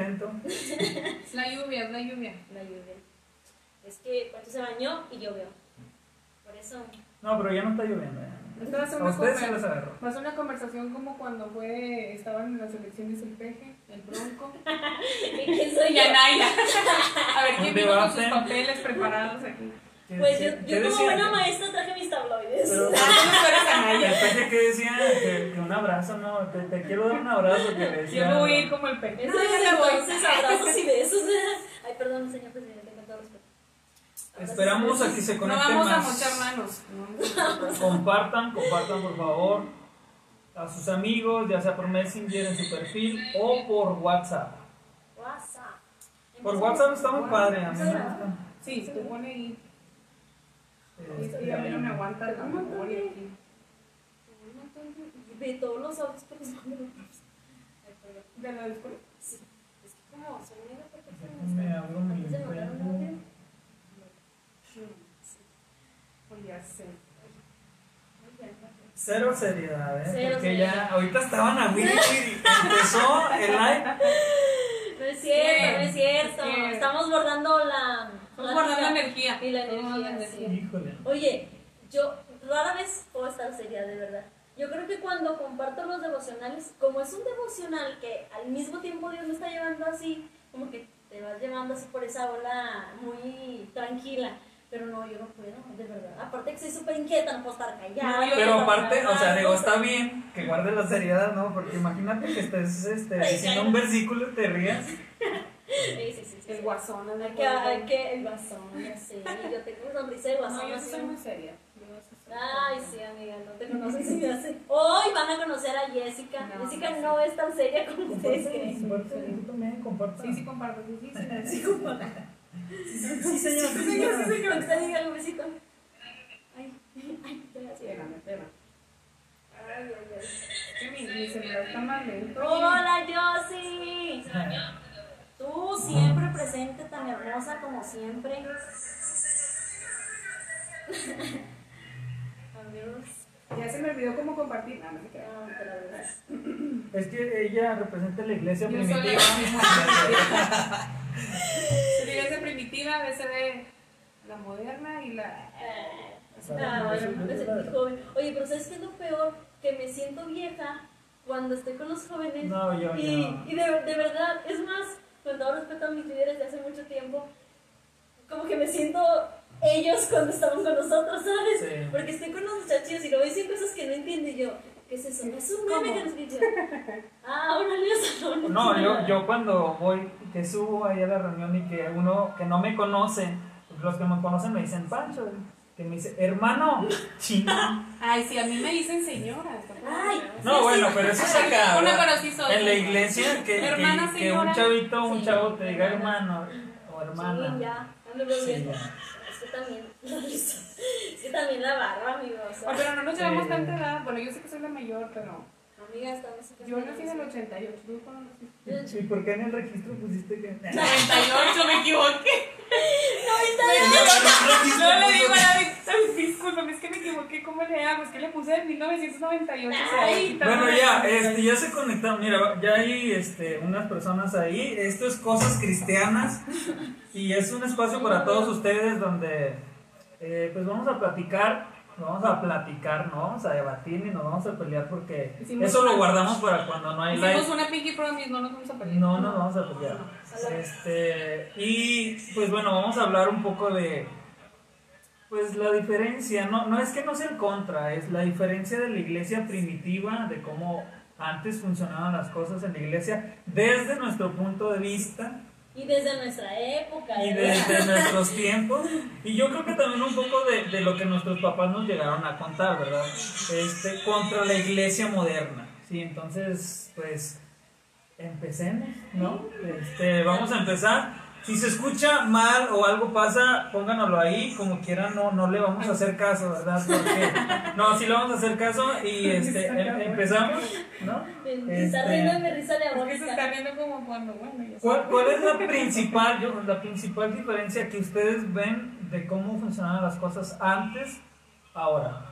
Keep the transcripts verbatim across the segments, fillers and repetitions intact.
lento. Es la lluvia, es la lluvia. La lluvia. Es que Pancho se bañó y llovió. Por eso. No, pero ya no está lloviendo. Esto va a ser A una, ustedes se conver- les agarró. va a ser una conversación como cuando fue, estaban en las elecciones el Peje, el Bronco ¿Y quién soy y yo? Anaya. A ver quién Un vino con sus debate. papeles preparados aquí. ¿Qué- Pues qué- yo, qué yo como decía? buena maestra traje mis tabloides. Pero, Ah, tú eres Anaya. el peje que decía que, que un abrazo, no, te, te quiero dar un abrazo, que le decía. Yo no voy a ir como el Peje. Eso No, es yo le voy. entonces abrazos y besos. Ay, perdón, señor presidente, con todo respeto. Abrazos Esperamos y a besos. que se No conecten vamos a más. mochar manos. No vamos a mochar manos. Compartan, compartan por favor a sus amigos, ya sea por Messenger en su perfil o por WhatsApp. WhatsApp. Por WhatsApp está muy padre, a mí me gusta. Sí, se te pone ahí. Es Este, que ya a mí no me aguanta la memoria aquí. De todos los audios, pero son de los Ay, perdón. ¿De la escuela? Sí. Es que como soy mega Me abro mi antes de mandar un Facebook. audio. Pues ya sé. Cero seriedad, ¿eh? Cero Porque seriedad. ya, ahorita estaban a Wiri Wiri. Empezó el live. No es cierto, no es cierto. Es que- Estamos guardando la. Estamos guardando plática energía. Y la Estamos guardando energía. energía. Híjole. Oye, yo rara vez puedo estar seria, de verdad. Yo creo que cuando comparto los devocionales, como es un devocional que al mismo tiempo Dios me está llevando así, como que te vas llevando así por esa ola muy tranquila. Pero no, yo no puedo, de verdad. Aparte que soy súper inquieta, no puedo estar callada. No, yo- Pero no puedo aparte, hablar, o sea, digo, no está sé. bien que guardes la seriedad, ¿no? Porque imagínate que estés este, diciendo un versículo y te rías. Sí, sí, sí. sí, El sí. guasón. anda Hay por que, ahí. hay que, el guasón, ya sé. Yo tengo una sonrisa de guasón. No, yo sí así. soy muy seria. Yo sí soy Ay, muy sí, seria. amiga, no te conoces y me hace. Hoy van a conocer a Jessica. No, Jessica no sé. no es tan seria como ustedes Comparte, creen. comparte, tú también comparta. Sí, sí, comparto. Sí, sí, sí. Sí, compadre. Sí, señor. Sí, señor, sí, señor. Cuando te diga un besito. Ay, ay, gracias. Espérame, espérame. Ay, ay, ay. Que mi, mi celular está más lento. Hola, Josie. Tú siempre presente, tan hermosa como siempre. Adiós. Ya se me olvidó cómo compartir. Ah, no me creo. No, te la verdad. Es que ella representa la iglesia Yo soy la primitiva. Se diría esa primitiva, a veces de la moderna y la. Ah, bueno, me sentí joven. Oye, pero ¿sabes qué es lo peor? Que me siento vieja cuando estoy con los jóvenes. No, yo, y yo. y de, de verdad, es más, con todo respeto a mis líderes de hace mucho tiempo, como que me siento ellos cuando estamos con nosotros, ¿sabes? Sí. Porque estoy con los muchachos y luego dicen cosas que no entiendo y yo, ¿qué es eso? Es un meme ¿Cómo? que nos dice. Ah, órale, eso no. No, yo, yo cuando voy, que subo ahí a la reunión y que uno que no me conoce, porque los que me conocen me dicen Pancho, que me dice, hermano, chingón. Ay, sí, a mí me dicen señora. está por Ay, ahí. No, bueno, pero eso es acá. Una, ¿verdad? pero sí soy. En la iglesia, que, que, Hermana, que señora. un chavito, un Sí, chavo te diga hermana. hermano o Sí, hermana. ya, ando Sí, bien. ya. Es que también, es que también la barba, amigo. O sea, Oh, pero no nos llevamos Sí. tanta edad. Bueno, yo sé que soy la mayor, pero. amiga, estamos Yo nací en el ochenta y ocho. ¿Tú cuándo naciste? ¿Y por qué en el registro pusiste que.? noventa y ocho, me equivoqué. No, No le digo a David, ay, discúlpame, es que me equivoqué. ¿Cómo le hago? Es que le puse en mil novecientos noventa y ocho. Ay, Bueno, ya, este, ya se conectaron. Mira, ya hay este, unas personas ahí. Esto es Cosas Cristianas. Y es un espacio para todos ustedes donde eh, pues vamos a platicar. Vamos a platicar, no vamos a debatir ni nos vamos a pelear porque Hicimos eso una- lo guardamos para cuando no hay Hicimos live. una Pinky Promise, no nos vamos a pelear. No nos vamos a pelear. Este, y pues bueno, vamos a hablar un poco de pues la diferencia, no, no es que no sea el contra, es la diferencia de la iglesia primitiva, de cómo antes funcionaban las cosas en la iglesia desde nuestro punto de vista y desde nuestra época. y ¿verdad? desde nuestros tiempos, y yo creo que también un poco de, de lo que nuestros papás nos llegaron a contar, ¿verdad? Este, contra la iglesia moderna, ¿sí? Entonces, pues, empecemos, ¿no? Este, vamos a empezar. Si se escucha mal o algo pasa, pónganoslo ahí, como quieran, no, no le vamos a hacer caso, ¿verdad? Porque, no, sí le vamos a hacer caso y este, em- empezamos, ¿no? Me está riendo de mi risa de Porque se está agónica. viendo como cuando, bueno, ya ¿Cuál, ¿Cuál es la principal, yo- la principal diferencia que ustedes ven de cómo funcionaban las cosas antes, ahora?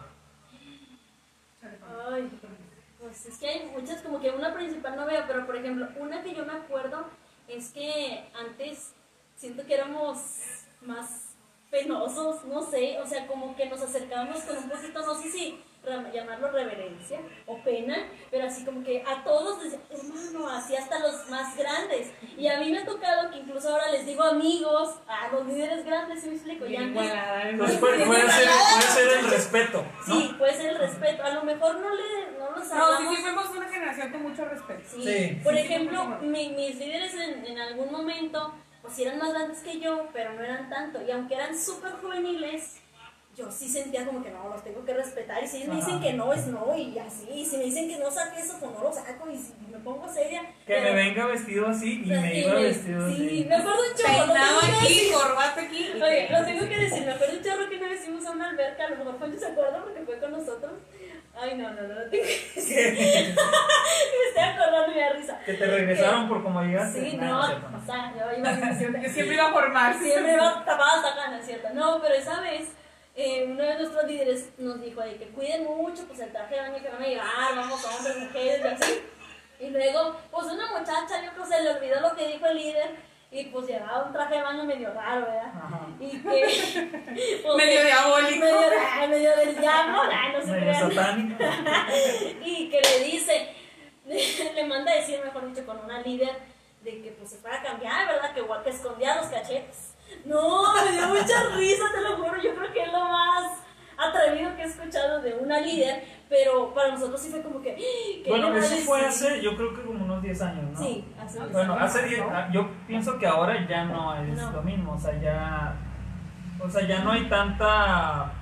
Ay, pues es que hay muchas, como que una principal no veo, pero por ejemplo, una que yo me acuerdo es que antes siento que éramos más penosos, no sé, o sea, como que nos acercábamos con un poquito, no sé si re- llamarlo reverencia o pena, pero así como que a todos les decía, hermano, así hasta los más grandes. Y a mí me ha tocado que incluso ahora les digo amigos a los líderes grandes, ¿sí me explico? Y antes, Igualada, Entonces puede, puede ser, puede ser el respeto, ¿no? sí, puede ser el respeto, a lo mejor no, le, no los No, sí, hablamos. sí, fuimos una generación con mucho respeto. Sí. Sí. Por Sí, ejemplo, sí, sí. mi- mis líderes en, en algún momento, pues sí eran más grandes que yo, pero no eran tanto. Y aunque eran súper juveniles, yo sí sentía como que no, los tengo que respetar. Y si ellos me dicen Ajá. que no, es no, y así. Y si me dicen que no saque eso, pues no lo saco. Y si me pongo seria. Que pero- me venga vestido así y me Sí, iba me- vestido Sí, así. me acuerdo un chorro. lo Peinado tengo que aquí, decir. corbata aquí. y Oye, que- lo tengo que decir, me acuerdo un chorro que una vez fuimos a una alberca, a lo mejor Poncho se acuerda porque fue con nosotros. Ay, no, no, no, lo tengo que decir. ¿Qué? Me estoy acordando y me da risa. Que te regresaron por como llegaste. Sí, Nah, no, es cierto, no. o sea, yo iba diciendo Yo siempre iba a formar. siempre va tapada hasta acá, ¿no es cierto? No, pero esa vez eh, uno de nuestros líderes nos dijo de que cuiden mucho pues el traje de baño que van a llevar, vamos hombres, mujeres y así. Y luego, pues una muchacha, yo creo se le olvidó lo que dijo el líder y pues llevaba un traje de baño medio raro, ¿verdad? Ajá. Y que... pues, Medio diabólico. Medio, ah, medio del diablo, ah, no se Medio crean. satánico. Y que le dice, le manda a decir, mejor dicho, con una líder de que pues se fuera a cambiar, ¿verdad? Que igual que escondía los cachetes. No, me dio mucha risa, te lo juro. Yo creo que es lo más atrevido que he escuchado de una líder, pero para nosotros sí fue como que. ¿qué Bueno, le va a eso fue decir? hace, yo creo que como unos diez años, ¿no? Sí, hace unos Bueno, años. hace diez, ah, yo pienso que ahora ya no es No. lo mismo, o sea, ya, o sea, ya no hay tanta,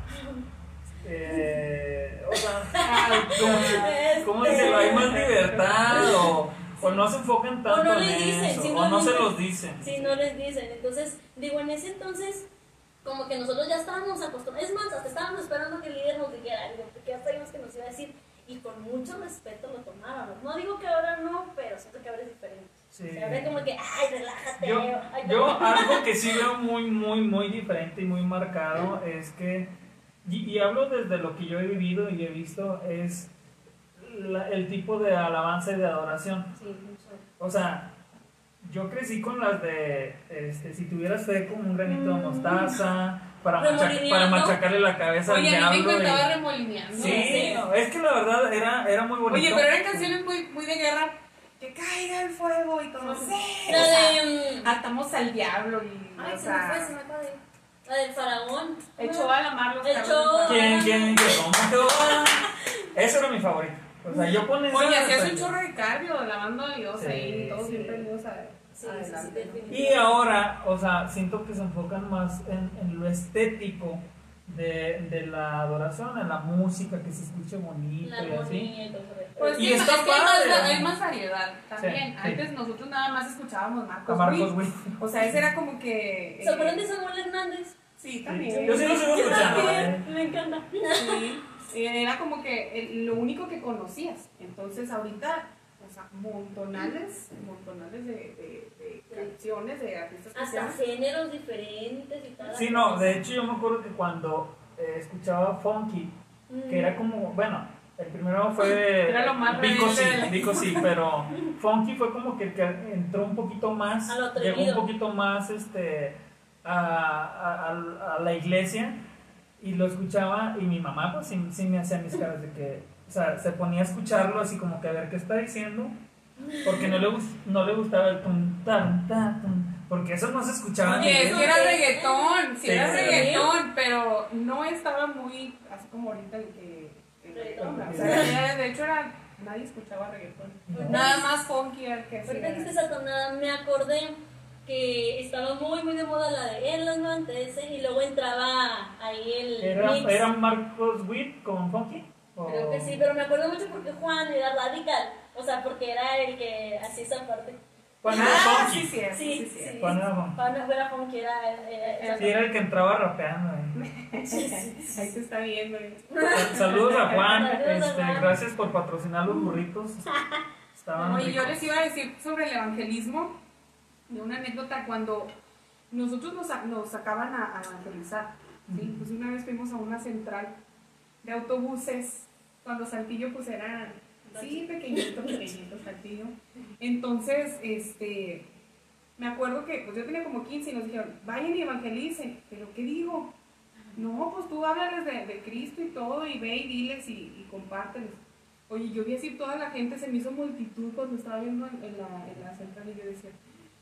eh, o sea, ¿cómo, cómo decirlo? Hay más libertad o, o no se enfocan tanto O no en les dicen, eso, o simplemente- no se los dicen. Sí, no les dicen. Entonces, digo, en ese entonces, como que nosotros ya estábamos acostumbrados. Es más, hasta estábamos esperando que el líder nos dijera algo, porque ya sabíamos que nos iba a decir. Y con mucho respeto lo tomábamos. No digo que ahora no, pero siento que ahora es diferente. Sí. O sea, ahora es como que, ay, relájate. Yo, ay, yo no. algo que sí veo muy, muy, muy diferente y muy marcado es que, y, y hablo desde lo que yo he vivido y he visto, es la- el tipo de alabanza y de adoración. Sí, mucho. O sea, yo crecí con las de, este, si tuvieras fe como un granito de Mm. mostaza, para, macha- Remolineando. para machacarle la cabeza Oye, al a mí me diablo. encantaba y- remolineando. Sí, Sí. no, es que la verdad era, era muy bonito. Oye, pero eran canciones muy, muy de guerra. Que caiga el fuego y todo. Sí. La o sea, de. mm, atamos al diablo y. Ay, o se me fue, se sea, me acaba de. La del faraón. echó a la mar los Echó- carros. ¿Quién, quién, quién, cómo Jehová? Ese era mi favorito. O sea, yo ponía. Oye, esa- hacías un chorro de cardio, alabando a Dios Sí, ahí, todos sí. bien prendidos a. Sí, sí, sí, adelante, ¿no? definitivamente. Y ahora, o sea, siento que se enfocan más en, en lo estético de, de la adoración, en la música, que se escuche bonito La y así. armonía y todo eso. Pues Y que, está es que hay, padre, más, ¿no? hay más variedad también. Sí, sí. Antes nosotros nada más escuchábamos A Marcos, Marcos Witt. Witt. O sea, ese era como que. ¿Se acuerdan eh, de Samuel Hernández? Sí, también. Yo sí lo sigo Yo escuchando. también, ¿eh? me encanta. Sí, era como que eh, lo único que conocías. Entonces ahorita, o sea, montonales, montonales de, de, de canciones, de artistas Hasta cristianos. géneros diferentes y tal. Sí, no, de hecho yo me acuerdo que cuando eh, escuchaba Funky, que era como, bueno, el primero fue Era lo más Vico rebelde sí, de la- Vico sí, pero Funky fue como que, que entró un poquito más, A lo llegó un atrevido. poquito más este a, a, a- a la iglesia y lo escuchaba y mi mamá pues sí, sí me hacía mis caras de que, o sea, se ponía a escucharlo así como que a ver qué está diciendo, porque no le, gus- no le gustaba el tum, tan, tan, tum, porque eso no se escuchaba en la Oye, es que iglesia. era reggaetón, sí, Sí, era sí. reggaetón, pero no estaba muy así como ahorita el que. El reggaetón, o sea, era- de hecho, era, nadie escuchaba reggaetón. No. Nada más funky era el que Ahorita que hacía. esté satanada, me acordé que estaba muy, muy de moda la de en los guantes y luego entraba ahí el ¿Era, mix. ¿Era Marcos Witt con Funky? ¿O- Creo que sí, pero me acuerdo mucho porque Juan era radical. O sea, porque era el que hacía esa parte. Juan era Ah, Funky. sí, cierto, sí, Sí, cierto. sí. Juan era Funky. Juan no fuera Juan, que era. era- Sí, era el que entraba rapeando. eh. Ahí se está viendo. ¿eh? Saludos a Juan. Saludos a este, Juan. Gracias por patrocinar los burritos. Estaban Oye, yo ricos. les iba a decir sobre el evangelismo, de una anécdota cuando nosotros nos, sa- nos sacaban a, a evangelizar. ¿sí? Pues una vez fuimos a una central de autobuses, cuando Saltillo pues era, sí, pequeñito, pequeñito Saltillo. Entonces, este, me acuerdo que pues yo tenía como quince y nos dijeron, vayan y evangelicen, pero ¿qué digo? No, pues tú háblales de, de Cristo y todo, y ve y diles y, y compárteles. Oye, yo vi así toda la gente, se me hizo multitud cuando estaba viendo en, en, la, en la central y yo decía,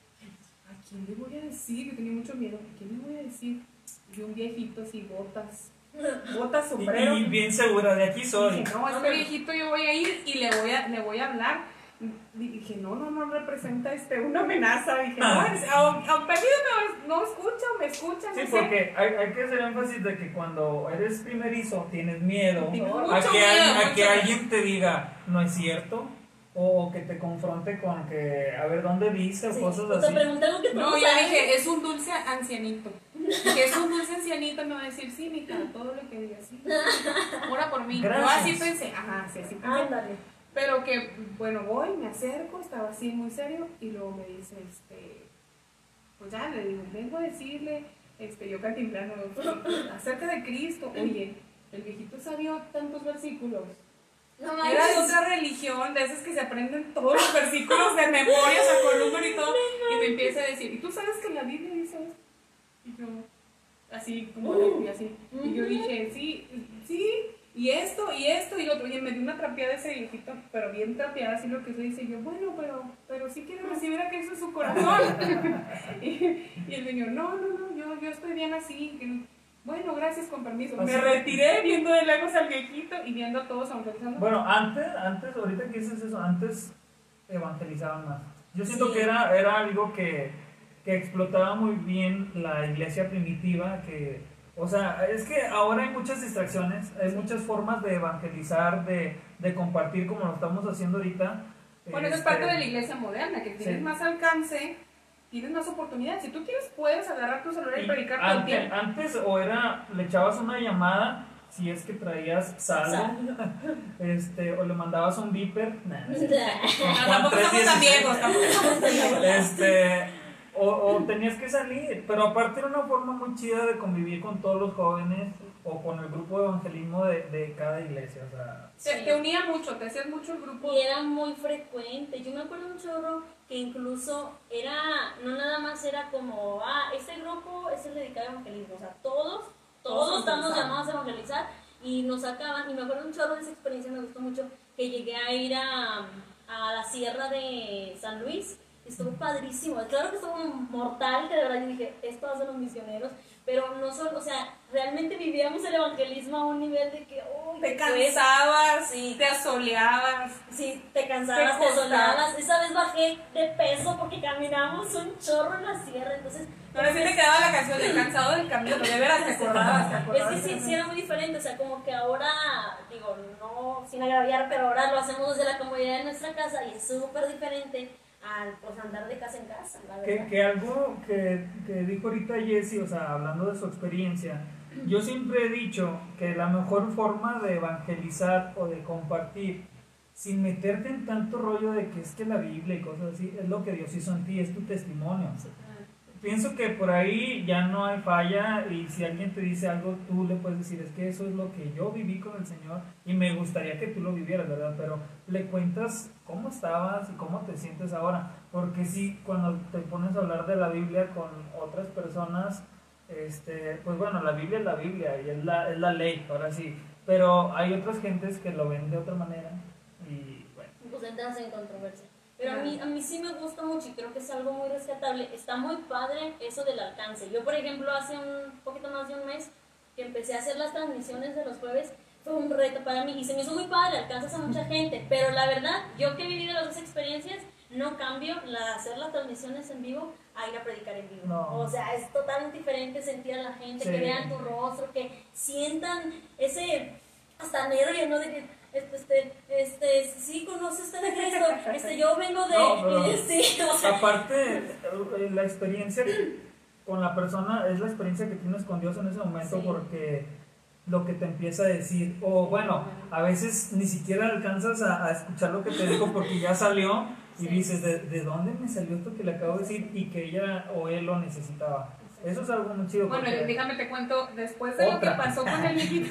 ¿a quién le voy a decir? Yo tenía mucho miedo, ¿a quién le voy a decir? Y un viejito así, botas, botas, sombrero. Y, y bien segura, de aquí soy. Dije, no, este viejito yo voy a ir y le voy a, le voy a hablar. Dije, no, no, no representa este, una amenaza. Dije, no, es, a, a perdido no, no escucha, me escucha. Sí, no sé. porque hay, hay que hacer énfasis de que cuando eres primerizo tienes miedo Tienes a mucho que, miedo, alguien, a mucho que miedo. alguien te diga, no es cierto, o que te confronte con que, a ver, ¿dónde dice? O Sí. cosas O te así. preguntan algo que tú No, no yo sabes. dije, es un dulce ancianito. Que es un dulce ancianito, me va a decir, sí, mija, todo lo que digas, sí. Ora por mí. Gracias. Yo así pensé, ajá, sí, así pensé. Ándale. Pero que, bueno, voy, me acerco, estaba así muy serio, y luego me dice, este, pues ya, le digo, vengo a decirle, este, yo cantimplano, acerca de Cristo. Oye, el viejito sabía tantos versículos. No Era de manches. otra religión, de esas que se aprenden todos los versículos de memoria, o sea, con número y todo, y me empieza a decir, ¿y tú sabes que la Biblia dice esto? Y yo, así, como, Uh, y así, y yo dije, sí, sí, y esto, y esto, y lo otro, y me dio una trapeada ese viejito, pero bien trapeada, así lo que se dice, y yo, bueno, pero, pero sí quiero recibir a Cristo en su corazón. y, y el señor, no, no, no, yo, yo estoy bien así, que, bueno, gracias, con permiso. Así. Me retiré viendo de lejos al viejito y viendo a todos evangelizando. Bueno, antes, antes, ahorita que dices eso, antes evangelizaban más. Yo siento Sí. que era, era algo que, que explotaba muy bien la iglesia primitiva, que, o sea, es que ahora hay muchas distracciones, hay muchas formas de evangelizar, de, de compartir como lo estamos haciendo ahorita. Bueno, eso es Este, parte de la iglesia moderna, que tienes sí. más alcance, tienes más oportunidades. Si tú quieres, puedes agarrar tu celular y, y predicar todo el antes, tiempo. antes o era, le echabas una llamada, si es que traías saldo, este, o le mandabas un beeper, nah, no sé. No, tampoco somos tan viejos, tampoco somos tan viejos. Este, o, o tenías que salir, pero aparte era una forma muy chida de convivir con todos los jóvenes o con el grupo de evangelismo de, de cada iglesia, o sea, Te, te unía mucho, te hacías mucho el grupo. Y era muy frecuente. Yo me acuerdo un chorro que incluso era, no nada más era como, ah, este grupo es el dedicado al evangelismo. O sea, todos, todos Todos estamos evangelizaban. llamados a evangelizar y nos sacaban. Y me acuerdo un chorro de esa experiencia, me gustó mucho, que llegué a ir a, a la sierra de San Luis. Estuvo padrísimo. Claro que estuvo mortal, que de verdad yo dije, esto hacen los misioneros. Pero no solo, o sea, realmente vivíamos el evangelismo a un nivel de que, oh, Te cansabas, Sí. te asoleabas. Sí, te cansabas, Te te, costaba. sonabas. Esa vez bajé de peso porque caminamos un chorro en la sierra. Entonces, Ahora sí te quedaba la canción de cansado del camino, de veras te acordabas, te es acordabas. que sí, sí era muy diferente. O sea, como que ahora, digo, no sin agraviar, pero ahora lo hacemos desde la comodidad de nuestra casa y es súper diferente al pues, andar de casa en casa, la que, verdad. que algo que, que dijo ahorita Jessie, o sea, hablando de su experiencia, yo siempre he dicho que la mejor forma de evangelizar o de compartir sin meterte en tanto rollo de que es que la Biblia y cosas así, es lo que Dios hizo en ti, es tu testimonio. Pienso que por ahí ya no hay falla y si alguien te dice algo, tú le puedes decir, es que eso es lo que yo viví con el Señor y me gustaría que tú lo vivieras, ¿verdad? Pero le cuentas cómo estabas y cómo te sientes ahora, porque si cuando te pones a hablar de la Biblia con otras personas, este, pues bueno, la Biblia es la Biblia y es la, es la ley, ahora sí, pero hay otras gentes que lo ven de otra manera y bueno. Pues entras en controversia. Pero a mí, a mí sí me gusta mucho y creo que es algo muy rescatable. Está muy padre eso del alcance. Yo, por ejemplo, hace un poquito más de un mes que empecé a hacer las transmisiones de los jueves, fue un reto para mí y se me hizo muy padre, alcanzas a mucha gente. Pero la verdad, yo que he vivido las dos experiencias, no cambio la hacer las transmisiones en vivo a ir a predicar en vivo. No. O sea, es totalmente diferente sentir a la gente, Sí. que vean tu rostro, que sientan ese hasta nervio, ¿no? De que, Este, este, este, sí, conoce usted a Cristo, este, yo vengo de, No, pero- sí, o sea, Aparte, eh, la experiencia con la persona es la experiencia que tienes con Dios en ese momento, Sí. porque lo que te empieza a decir, o bueno, a veces ni siquiera alcanzas a, a escuchar lo que te dijo porque ya salió y Sí. dices, ¿de, ¿de dónde me salió esto que le acabo de decir? Y que ella o él lo necesitaba. Eso es algo muy chido. Bueno, porque- déjame te cuento, después de lo Otra. que pasó con el viejito.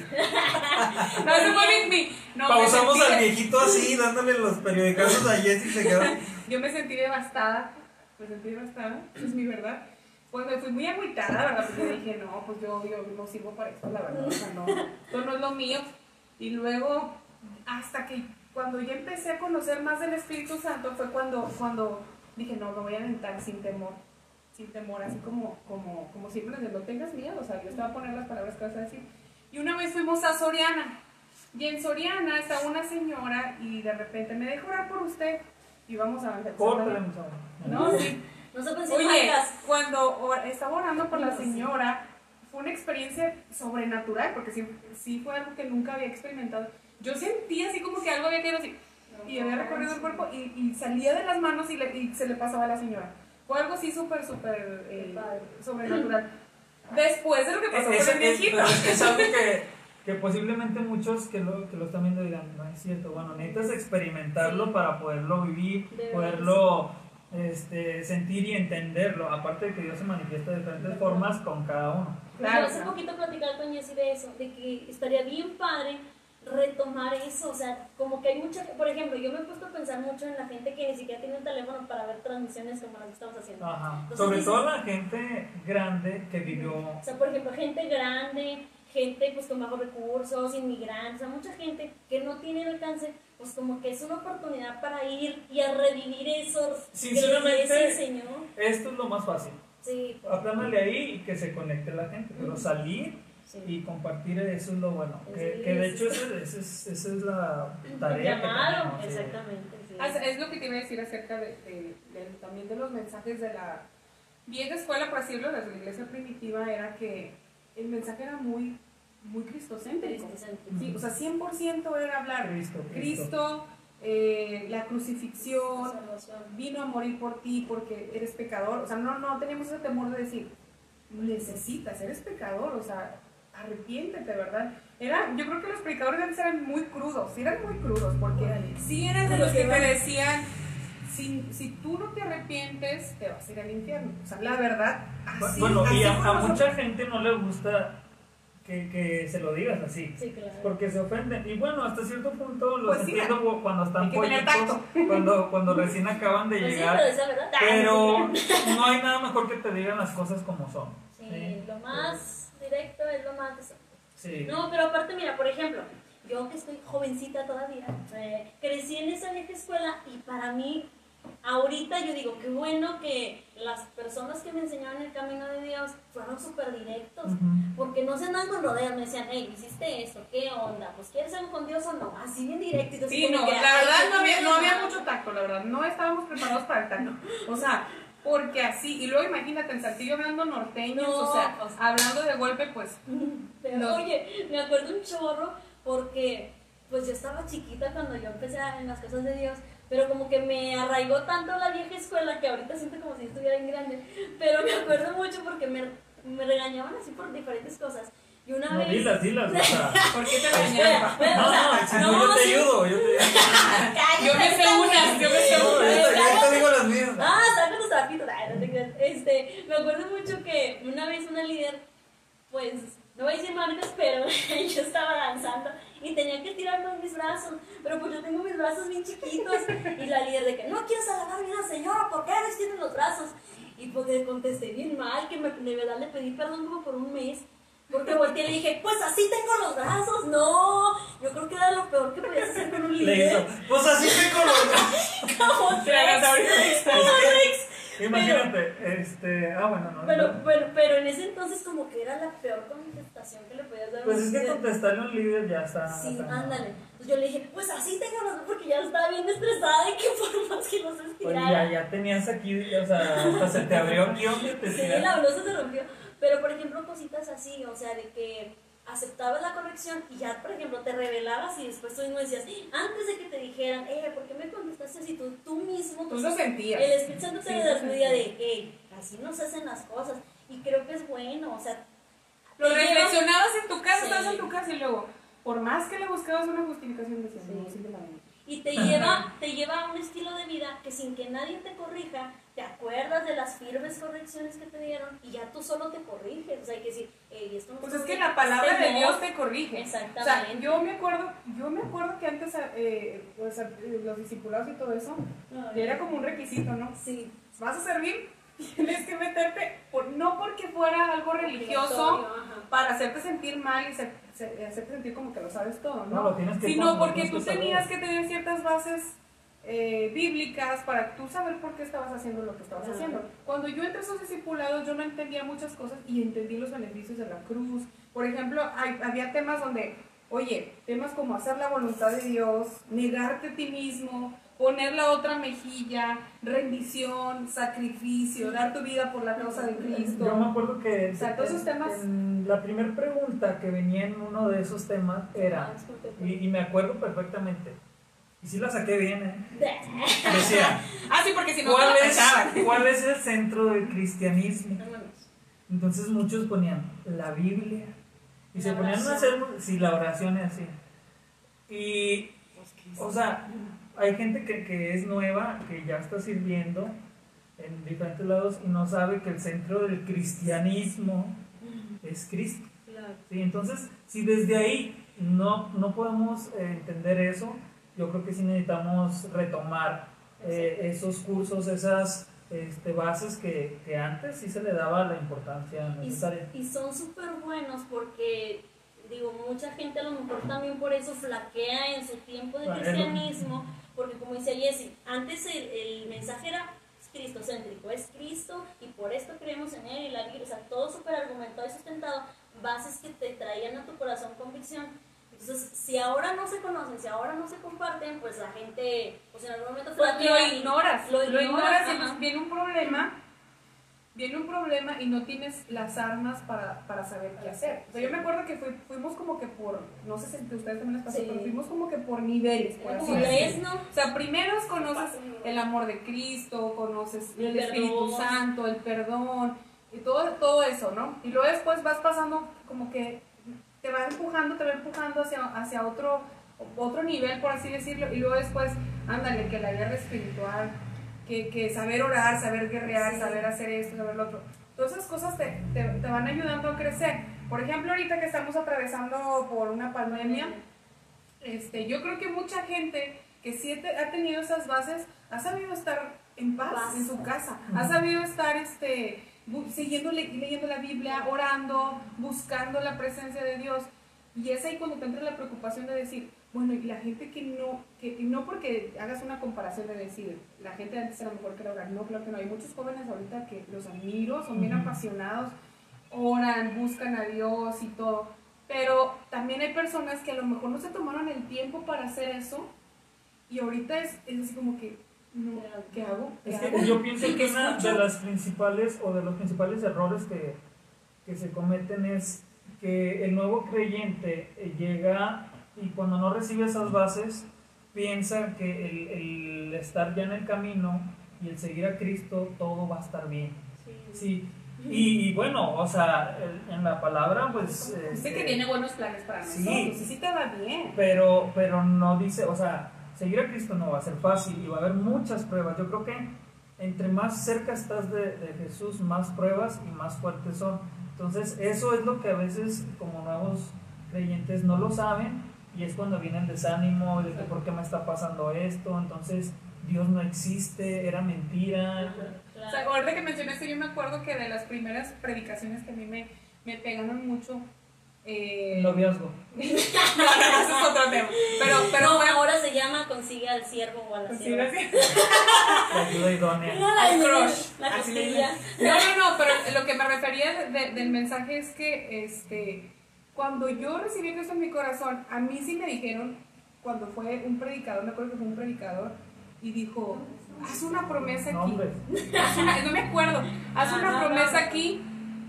No, eso fue mi. mi- no, me Pausamos sentí- al viejito así, dándole los periodicazos a Jessie y se quedó. Yo me sentí devastada me sentí devastada, es mi verdad. Pues me fui muy agüitada, la verdad, porque dije, no, pues yo, yo no sirvo para esto, la verdad, o sea, no, esto no es lo mío. Y luego, hasta que cuando ya empecé a conocer más del Espíritu Santo, fue cuando, cuando dije, no, me voy a aventar sin temor, sin temor, así como, como, como siempre, no tengas miedo, o sea, yo estaba a poner las palabras que vas a decir. Y una vez fuimos a Soriana, y en Soriana estaba una señora, y de repente me dejó orar por usted, y vamos a avanzar. No, sí. No se pueden Oye, cuando or- estaba orando por la señora, fue una experiencia sobrenatural, porque sí, sí fue algo que nunca había experimentado. Yo sentía así como que algo había caído así, y había recorrido el cuerpo, y, y salía de las manos y, le, y se le pasaba a la señora. Fue algo así súper, súper eh, sobrenatural. Después de lo que pasó es, con el viejito. Es, es algo que, que posiblemente muchos que lo, que lo están viendo dirán, no es cierto. Bueno, necesitas experimentarlo sí. para poderlo vivir, de poderlo este, sentir y entenderlo. Aparte de que Dios se manifiesta de diferentes de formas con cada uno. Claro, yo hace claro. poquito platicaba con Jessy de eso, de que estaría bien padre retomar eso, o sea, como que hay mucha, por ejemplo, yo me he puesto a pensar mucho en la gente que ni siquiera tiene un teléfono para ver transmisiones como las que estamos haciendo. Ajá. Entonces, sobre dices, todo la gente grande que vivió. O sea, por ejemplo, gente grande, gente pues con bajos recursos, inmigrantes, o sea, mucha gente que no tiene el alcance, pues como que es una oportunidad para ir y a revivir eso que les enseñó. Esto es lo más fácil. Sí. Pues, aplámale ahí y que se conecte la gente, pero salir sí. y compartir eso es lo bueno. Sí, que, que de hecho esa es, es, es, es la tarea llamado, que tenemos. Exactamente. Sí. Sí. Es lo que te iba a decir acerca de, de, de, también de los mensajes de la vieja escuela, por decirlo, de la iglesia primitiva, era que el mensaje era muy, muy cristocéntrico. cristocéntrico. Sí, o sea, cien por ciento era hablar Cristo, Cristo. Cristo eh, la crucifixión, vino a morir por ti porque eres pecador. O sea, no, no teníamos ese temor de decir, necesitas, eres pecador, o sea, arrepiéntete, ¿verdad? Era, yo creo que los predicadores antes eran muy crudos, sí eran muy crudos, porque sí eran de los que te decían, si, si tú no te arrepientes, te vas a ir al infierno. O sea, la verdad, así. Bueno, así y a, a nosotros. mucha gente no le gusta que, que se lo digas así, sí, claro. porque se ofenden. Y bueno, hasta cierto punto los pues entiendo sí, cuando están pollitos, cuando, cuando recién acaban de pues llegar, sí, pero, pero no hay nada mejor que te digan las cosas como son. Sí, ¿sí? Lo más directo es lo más decente. Sí. No, pero aparte, mira, por ejemplo, yo que estoy jovencita todavía, eh, crecí en esa vieja escuela y para mí, ahorita yo digo, qué bueno que las personas que me enseñaron el camino de Dios fueron súper directos, uh-huh. porque no se andaban con rodeos, me decían, hey, hiciste esto, ¿qué onda? Pues ¿quieres algo con Dios o no? Así bien directo. Sí, no, que, la verdad no había, no había mucho tacto, la verdad, no estábamos preparados para el tacto, o sea, porque así, y luego imagínate en Saltillo hablando norteños, no, o sea, pues, hablando de golpe, pues. Pero, no. Oye, me acuerdo un chorro porque, pues yo estaba chiquita cuando yo empecé en las cosas de Dios, pero como que me arraigó tanto la vieja escuela que ahorita siento como si estuviera en grande, pero me acuerdo mucho porque me, me regañaban así por diferentes cosas. Y una no, vez... dilas, dilas, o sea, ¿por qué te regañaban? No, no, si no, no, yo te sí. ayudo, yo te ayudo. Yo me sé unas, yo me sé no, unas. Yo te digo las mías. Ah, saca los trapitos. Ay, no te creas. Este, me acuerdo mucho que una vez una líder, pues, no voy a decir marcas, pero yo estaba danzando y tenía que tirarme mis brazos, pero pues yo tengo mis brazos bien chiquitos y la líder de que, no quieres alabar bien a Señor, ¿por qué les tienes los brazos? Y pues le contesté bien mal, que me, de verdad le pedí perdón como por un mes. Porque volteé y le dije, pues así tengo los brazos. No, yo creo que era lo peor que podías hacer con un líder. Le hizo, pues así tengo los brazos. Como Rex. Como Rex. Imagínate, pero, este, ah bueno, no. Pero, no. pero, pero en ese entonces como que era la peor contestación que le podías dar a un Pues es que líder. contestarle a un líder ya está. Sí, está ándale. Entonces yo le dije, pues así tengo los brazos, porque ya estaba bien estresada y que por más que no se estirara. Oye, ya, ya tenías aquí, o sea, hasta se te abrió aquí donde te sí, la blusa se rompió. Pero, por ejemplo, cositas así, o sea, de que aceptabas la corrección y ya, por ejemplo, te revelabas y después tú mismo decías, antes de que te dijeran, eh, ¿por qué me contestaste así? Tú, tú mismo, tú lo sentías. El Espíritu Santo te sí, desnudía de, hey, así no se hacen las cosas. Y creo que es bueno, o sea. Lo reflexionabas en tu casa, sí. estabas en tu casa y luego, por más que le buscabas una justificación, decías, sí. no, sí te la ven. Y te lleva, te lleva a un estilo de vida que sin que nadie te corrija, te acuerdas de las firmes correcciones que te dieron y ya tú solo te corriges. O sea, hay que decir, hey, esto no pues es que la palabra de Dios te corrige. Exactamente. O sea, yo me acuerdo, yo me acuerdo que antes eh, pues, los discipulados y todo eso, no, era como un requisito, ¿no? Sí. vas a servir, tienes que meterte, por, no porque fuera algo religioso para hacerte sentir mal y se, se, hacerte sentir como que lo sabes todo, ¿no? No, lo tienes que sino saber, porque tienes tú que tenías saber. que tener ciertas bases eh, bíblicas para tú saber por qué estabas haciendo lo que estabas Ajá. haciendo. Cuando yo entré a esos discipulados, yo no entendía muchas cosas y entendí los beneficios de la cruz. Por ejemplo, hay, había temas donde, oye, temas como hacer la voluntad de Dios, negarte a ti mismo, poner la otra mejilla, rendición, sacrificio, dar tu vida por la causa de Cristo. Yo me acuerdo que O sea, todos esos temas- en la primera pregunta que venía en uno de esos temas era, y, y me acuerdo perfectamente, y sí la saqué bien, ¿eh? Decía, Ah, sí, porque si no ¿cuál te la es, cachaban. ¿cuál es el centro del cristianismo? Entonces muchos ponían la Biblia y La se ponían a oración. hacer, sí, la oración y así. Y, o sea, hay gente que, que es nueva, que ya está sirviendo en diferentes lados y no sabe que el centro del cristianismo es Cristo. Claro. ¿Sí? Entonces, si desde ahí no, no podemos eh, entender eso, yo creo que sí necesitamos retomar eh, esos cursos, esas este, bases que, que antes sí se le daba la importancia Y, necesaria. y son súper buenos porque, digo, mucha gente a lo mejor también por eso flaquea en su tiempo de Ah, es lo- cristianismo, porque como dice Jessy, antes el, el mensaje era cristocéntrico, es Cristo y por esto creemos en Él y la Biblia, o sea, todo súper argumentado y sustentado, bases que te traían a tu corazón convicción. Entonces, si ahora no se conocen, si ahora no se comparten, pues la gente, pues en algún momento Lo flaquea y- ignoras, lo lo, ignoras, ignoras y ajá. entonces viene un problema, viene un problema y no tienes las armas para, para saber qué hacer. O sea, yo me acuerdo que fui- fuimos como que por, no sé si a ustedes también les pasó, Sí. pero fuimos como que por niveles, por Era así como decirlo. lees, ¿no? O sea, primero conoces el amor de Cristo, conoces el, El Espíritu perdón. Santo, el perdón, y todo, todo eso, ¿no? Y luego después vas pasando como que te va empujando, te va empujando hacia, hacia otro, otro nivel, por así decirlo, y luego después, ándale, que la guerra espiritual, que, que saber orar, saber guerrear, Sí. saber hacer esto, saber lo otro. Todas esas cosas te, te, te van ayudando a crecer. Por ejemplo, ahorita que estamos atravesando por una pandemia, este, yo creo que mucha gente que sí te- ha tenido esas bases ha sabido estar en paz, Paz. en su casa, Ujú. ha sabido estar este, bu- siguiendo, le- leyendo la Biblia, orando, buscando la presencia de Dios. Y es ahí cuando te entra la preocupación de decir, bueno, y la gente que no, que y no porque hagas una comparación de decir, la gente de antes era mejor que ahora, no, claro que no, hay muchos jóvenes ahorita que los admiro, son bien Ujú. apasionados, oran, buscan a Dios y todo, pero también hay personas que a lo mejor no se tomaron el tiempo para hacer eso y ahorita es, es así como que, no, ¿qué hago? ¿Qué Es hago? que yo pienso ¿Y que qué una escucho? de las principales o de los principales errores que, que se cometen es que el nuevo creyente eh, llega y cuando no recibe esas bases piensa que el, el estar ya en el camino y el seguir a Cristo todo va a estar bien. Sí. Y, y bueno, o sea, el- en la palabra pues... Dice este, que tiene buenos planes para Sí. nosotros y sí te va bien. pero, pero no dice, o sea, seguir a Cristo no va a ser fácil y va a haber muchas pruebas. Yo creo que entre más cerca estás de, de Jesús, más pruebas y más fuertes son. Entonces, eso es lo que a veces como nuevos creyentes no lo saben y es cuando viene el desánimo de que por qué me está pasando esto, entonces Dios no existe, era mentira. O sea, ahorita que mencionaste, yo me acuerdo que de las primeras predicaciones que a mí me, me pegaron mucho. Eh, Noviazgo. no, no, ese es otro tema. Pero, pero no, fue- ahora se llama consigue al siervo o a la pues sí, sierva. gracias. La ayuda idónea. Al crush. La Así le costilla. dicen. No, no, no, pero lo que me refería de- de- del mensaje es que este, cuando yo recibí Cristo en mi corazón, a mí sí me dijeron, cuando fue un predicador, me acuerdo que fue un predicador, y dijo, haz una promesa aquí. Nombres. Haz una- no me acuerdo, haz Ah, una no, promesa no. aquí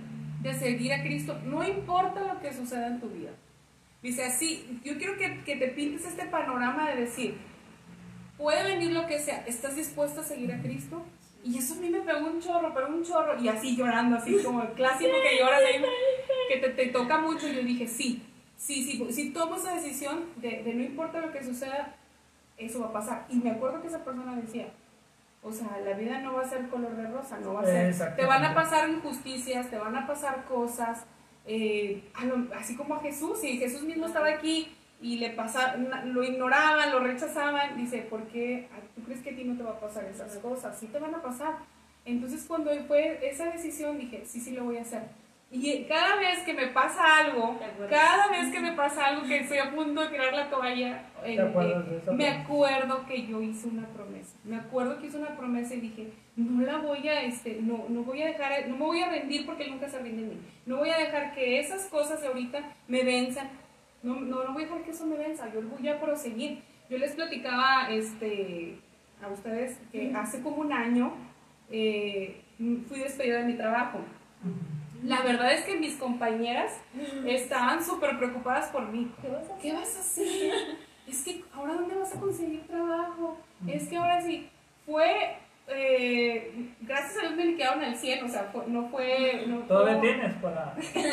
de seguir a Cristo, no importa lo que suceda en tu vida. Dice así, yo quiero que, que te pintes este panorama de decir, puede venir lo que sea, ¿estás dispuesta a seguir a Cristo? Y eso a mí me pegó un chorro, pero un chorro, y así llorando, así como el clásico que lloras ahí, que te, te toca mucho. Y yo dije, sí, sí, sí, sí tomo esa decisión de, de no importa lo que suceda, eso va a pasar. Y me acuerdo que esa persona decía, o sea, la vida no va a ser color de rosa, no va a ser. Exactamente. Te van a pasar injusticias, te van a pasar cosas, eh, a lo- así como a Jesús, y Jesús mismo estaba aquí y le pasa, lo ignoraban, lo rechazaban, dice, ¿por qué? ¿Tú crees que a ti no te va a pasar esas cosas? Sí te van a pasar. Entonces cuando fue esa decisión dije, sí, sí lo voy a hacer. Y cada vez que me pasa algo, cada vez que me pasa algo que estoy a punto de tirar la toalla, eh, eh, me acuerdo que yo hice una promesa. Me acuerdo que hice una promesa y dije, no la voy a, este, no, no voy a dejar, no me voy a rendir porque él nunca se rinde en mí. No voy a dejar que esas cosas de ahorita me venzan. No, no, no voy a dejar que eso me venza. Yo voy a proseguir. Yo les platicaba, este, a ustedes que hace como un año eh, fui despedida de mi trabajo. La verdad es que mis compañeras estaban súper preocupadas por mí. ¿Qué vas a hacer? ¿Qué vas a hacer? Es que ahora ¿dónde vas a conseguir trabajo? Es que ahora sí. Fue, eh, gracias a Dios me liquidaron al cien, o sea, fue, no fue... No, ¿Todavía no, tienes para...?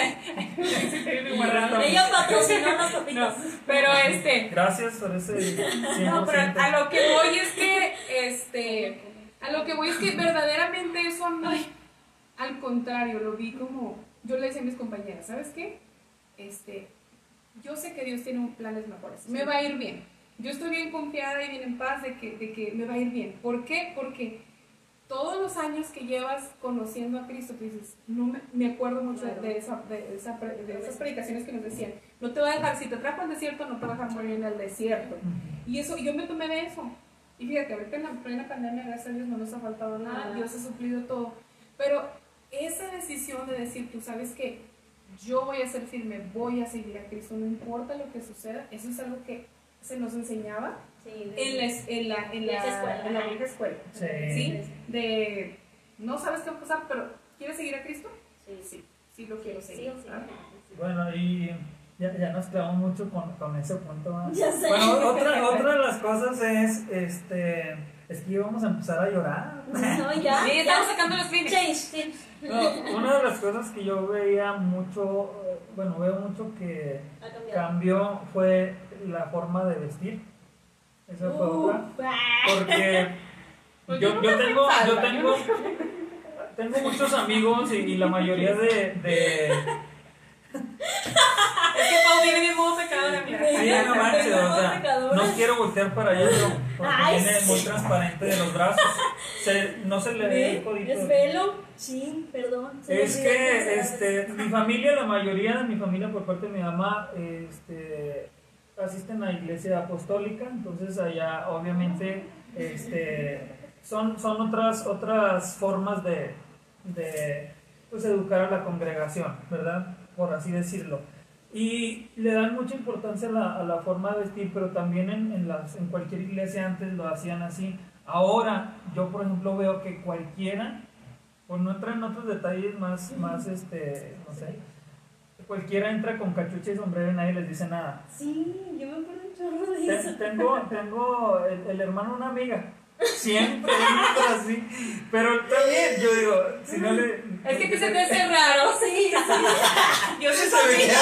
Ella patrocinó las papitas. No, pero este... Gracias por ese cien por ciento. No, pero a lo que voy es que, este... A lo que voy es que verdaderamente eso a mí... Al contrario, lo vi como, yo le decía a mis compañeras, ¿sabes qué? Este, yo sé que Dios tiene planes mejores, sí. Me va a ir bien. Yo estoy bien confiada y bien en paz de que, de que me va a ir bien. ¿Por qué? Porque todos los años que llevas conociendo a Cristo, tú dices, no me, me acuerdo mucho claro. de, de, esa, de, esa, de esas predicaciones que nos decían, no te va a dejar, si te trajo al desierto, no te va a dejar morir en el desierto. Y eso, yo me tomé de eso. Y fíjate, ahorita en la plena pandemia, gracias a Dios, no nos ha faltado nada, Dios ha suplido todo. Pero esa decisión de decir, tú sabes que yo voy a ser firme, voy a seguir a Cristo, no importa lo que suceda, eso es algo que se nos enseñaba sí, en, la, en, la, en, la, en la vieja escuela. Sí. ¿Sí? De, no sabes qué va a pasar, pero ¿quieres seguir a Cristo? Sí, sí, sí lo quiero seguir. Sí, sí, sí. Bueno, y ya, ya nos clavamos mucho con, con ese punto más. Ya sé. Bueno, otra, otra de las cosas es, este... Es que íbamos a empezar a llorar. No, ya. Sí, estamos sacando los fines. Change, sí. No, una de las cosas que yo veía mucho, bueno, veo mucho que cambió fue la forma de vestir. Esa fue uh, otra. Porque pues yo, yo tengo, yo tengo, tengo muchos amigos y, y la mayoría de, de es que Pau viene en modo pecadora, mira. Sí, no manches, o sea, no quiero voltear para allá, pero porque Ay, viene sí. muy transparente de los brazos. Se, no se le ve el codito. ¿Es velo? Sí, perdón. Es que este, mi familia, la mayoría de mi familia por parte de mi mamá, este, asisten a la iglesia apostólica, entonces allá obviamente este, son, son otras, otras formas de, de pues, educar a la congregación, ¿verdad? Por así decirlo. Y le dan mucha importancia a la, a la forma de vestir, pero también en, en, las, en cualquier iglesia antes lo hacían así. Ahora, yo por ejemplo veo que cualquiera, por no entrar en otros detalles más, más este, no sé, cualquiera entra con cachucha y sombrero y nadie les dice nada. Sí, yo me acuerdo un chorro de eso. Tengo, tengo el, el hermano de una amiga. Siempre entra así. Pero también, yo digo, si no le. Es que se te hace raro, sí. sí. Yo sé sabe quién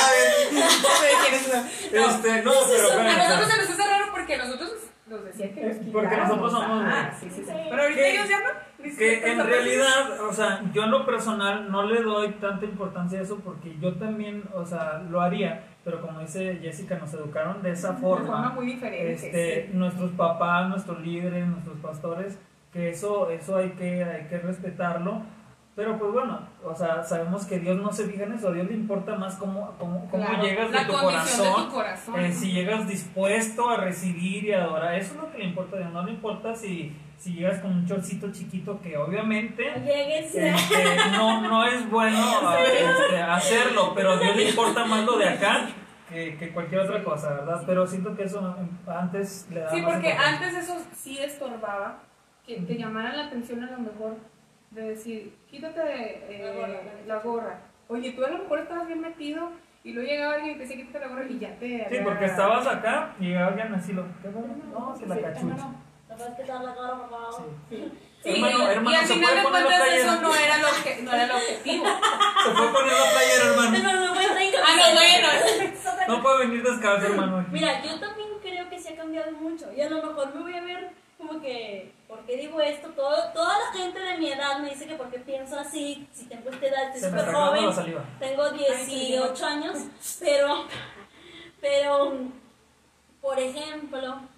es. No, este, no, pero. A nosotros se nos hace raro porque nosotros nos decían que nos Porque nosotros somos. Ah, sí, sí, sí. Pero ahorita ellos ya no. Que en realidad, o sea, yo en lo personal no le doy tanta importancia a eso porque yo también, o sea, lo haría, pero como dice Jessica, nos educaron de esa forma. De forma muy diferente. Este, sí. Nuestros papás, nuestros líderes, nuestros pastores, que eso, eso hay que, hay que respetarlo. Pero pues bueno, o sea, sabemos que Dios no se fija en eso, a Dios le importa más cómo, cómo, cómo claro, llegas de tu, corazón, de tu corazón. Eh, si llegas dispuesto a recibir y adorar, eso es lo que le importa a Dios, no le importa si, si llegas con un chorcito chiquito que obviamente este, no, no es bueno este, hacerlo, pero a Dios le importa más lo de acá que, que cualquier otra cosa, ¿verdad? Pero siento que eso antes le daba Sí, más porque importancia. antes eso sí estorbaba, que te llamaran la atención a lo mejor de decir, quítate eh, la, gorra, la gorra. Oye, tú a lo mejor estabas bien metido y luego llegaba alguien y te decía, quítate la gorra y ya te... Sí, porque estabas acá y llegaba alguien así, lo, ¿qué bueno? No, que la sí, cachucha. Capaz que dar la cara, papá. Sí. Sí, hermano, hermano, y al final de cuentas eso no era, lo que, no era el objetivo. Se fue a poner la playera, hermano. No, no, ah, no, bueno. No puede venir descalzo, hermano. Mira, yo también creo que se ha cambiado mucho y a lo mejor me voy a ver como que, ¿por qué digo esto? Todo, toda la gente de mi edad me dice que por qué pienso así, si tengo esta edad, estoy súper joven, tengo dieciocho años, pero, pero, por ejemplo,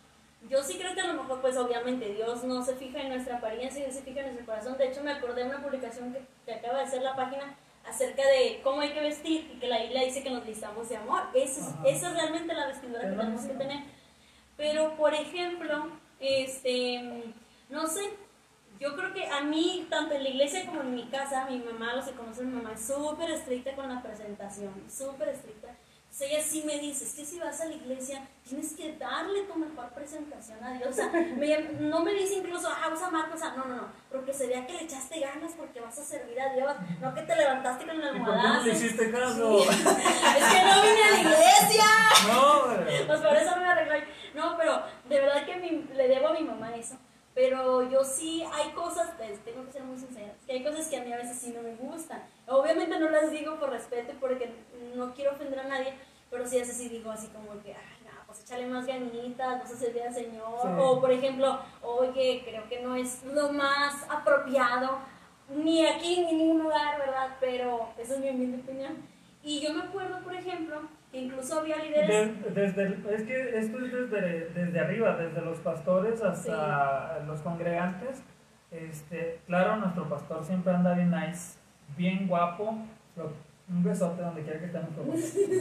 yo sí creo que a lo mejor, pues obviamente Dios no se fija en nuestra apariencia, Dios se fija en nuestro corazón. De hecho, me acordé de una publicación que, que acaba de hacer la página acerca de cómo hay que vestir y que la Biblia dice que nos vistamos de amor. Esa es, esa es realmente la vestidura que tenemos que tener. Pero, por ejemplo, este, no sé, yo creo que a mí, tanto en la iglesia como en mi casa, mi mamá, los que conocen, mi mamá es súper estricta con la presentación, súper estricta. Entonces ella sí me dice, es que si vas a la iglesia, tienes que darle tu mejor presentación a Dios. O sea, me, no me dice incluso, ah, usa marca, o sea, no, no, no, porque sería que le echaste ganas porque vas a servir a Dios, no que te levantaste con el almohadazo. ¿Y por qué no le hiciste caso? Sí. Es que no vine a la iglesia. No, pero... Pues por eso no me arreglé. No, pero de verdad que mi, le debo a mi mamá eso. Pero yo sí, hay cosas, pues, tengo que ser muy sincera, que hay cosas que a mí a veces sí no me gustan. Obviamente no las digo por respeto y porque no quiero ofender a nadie, pero sí a veces sí digo así como que, ay, no, pues échale más ganitas, vas a servir al Señor. Sí. O por ejemplo, oye, creo que no es lo más apropiado, ni aquí ni en ningún lugar, ¿verdad? Pero esa es mi humilde opinión. Y yo me acuerdo, por ejemplo, que incluso había líderes... De, desde el, es que esto es desde, desde arriba, desde los pastores hasta sí. los congregantes. Este, claro, nuestro pastor siempre anda bien nice, bien guapo. Un besote donde quiera que estemos todos.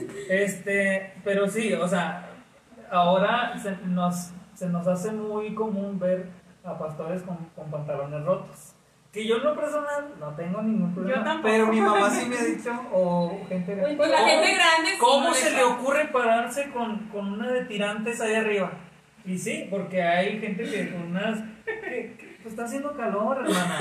Este, pero sí, o sea, ahora se nos, se nos hace muy común ver a pastores con, con pantalones rotos. Que yo en lo personal no tengo ningún problema, pero mi mamá sí me ha dicho, o gente grande, pues la gente grande sí, ¿cómo no se le ocurre pararse con, con una de tirantes ahí arriba? Y sí, porque hay gente que con unas, que, que pues está haciendo calor, hermana.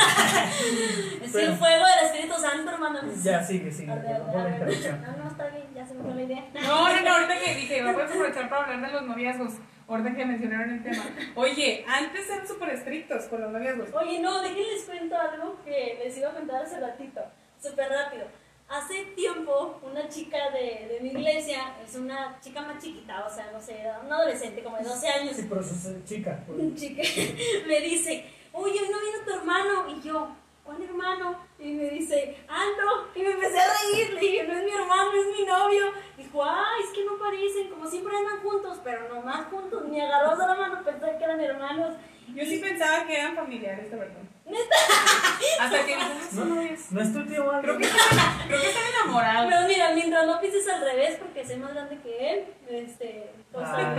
Es pero, el fuego del Espíritu Santo, hermano. Ya, sigue, sigue. A ver, a ver, no, no, está bien, ya se me fue la idea. No, no, no, ahorita que dije, vamos a aprovechar para hablar de los noviazgos. Ahorita que mencionaron el tema. Oye, antes eran súper estrictos con los noviazgos. Oye, no, déjenles cuento algo que les iba a contar hace ratito, súper rápido. Hace tiempo, una chica de, de mi iglesia, es una chica más chiquita, o sea, no sé, una adolescente como de doce años. Sí, pero es chica. Pues. Chica, me dice, oye, ¿no vino tu hermano? Y yo, ¿cuál hermano? Y me dice, ah, no. Y me empecé a reír, le dije, no es mi hermano, es mi novio. Dijo, ay, es que no parecen, como siempre andan juntos, pero no más juntos, ni agarrados de la mano, pensé que eran hermanos. Yo sí pensaba que eran familiares, de verdad. ¿Neta? Hasta que no, no, es, no es tu tío, ¿vale? Creo que están, creo que están enamorados. Pero mira, mientras no pises al revés, porque soy más grande que él, este... Pues, ah,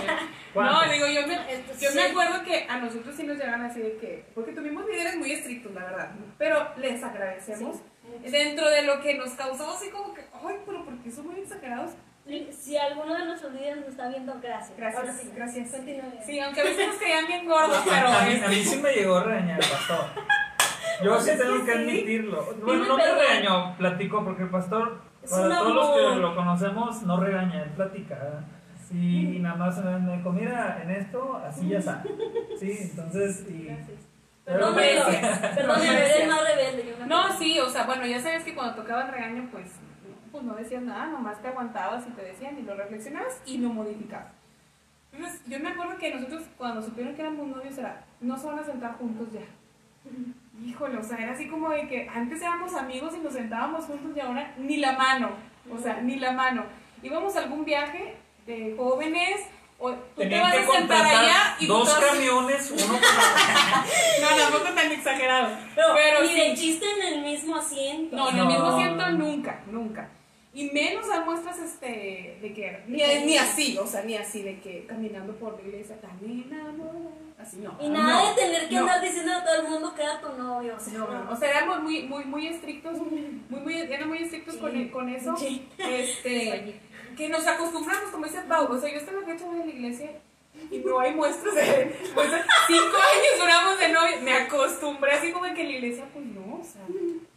no, digo, yo me, yo me acuerdo que a nosotros sí nos llegan así de que... Porque tuvimos líderes muy estrictos, la verdad. Pero les agradecemos. Sí. Dentro de lo que nos causó así como que... Ay, pero ¿por qué son muy exagerados? Si alguno de nuestros líderes nos está viendo, gracias. Gracias, sí, gracias. Continúe. Sí, aunque a veces nos caían bien gordos, pero... A mí, a mí sí me llegó a regañar el pastor. Yo sí tengo que admitirlo. Bueno, no me regañó, platico, porque el pastor, para todos los que lo conocemos, no regaña, él platica. Sí, y nada más me dijo, mira, en esto, así ya está. Sí, entonces... Y, gracias. Perdón, perdón, eres más rebelde. No, sí, o sea, bueno, ya sabes que cuando tocaba el regaño, pues... pues no decías nada, nomás te aguantabas y te decían y lo reflexionabas y lo modificabas. Entonces, yo me acuerdo que nosotros cuando supieron que éramos novios era, no se van a sentar juntos ya. Híjole, o sea, era así como de que antes éramos amigos y nos sentábamos juntos y ahora ni la mano, o sea, ni la mano. Íbamos a algún viaje de jóvenes, o tú tenían te vas a sentar allá y dos tú vas... camiones, uno con No, tampoco tan exagerado. Pero, pero ni sí. de chiste en el mismo asiento. No, en no. el mismo asiento nunca, nunca. Y menos a muestras este, de que, ni, ni así, o sea, ni así, de que caminando por la iglesia, tan enamorada, así no. Y nada no, de tener que no. andar diciendo a todo el mundo que era tu novio, o sea, no, no. O sea, éramos muy, muy, muy estrictos, muy, muy, eran muy estrictos sí. con, con eso, sí. este, que nos acostumbramos, como dice Pau, o sea, yo estaba hecha en la iglesia y no hay muestras de, pues, cinco años duramos de novio, me acostumbré así como que en la iglesia, pues no, o sea,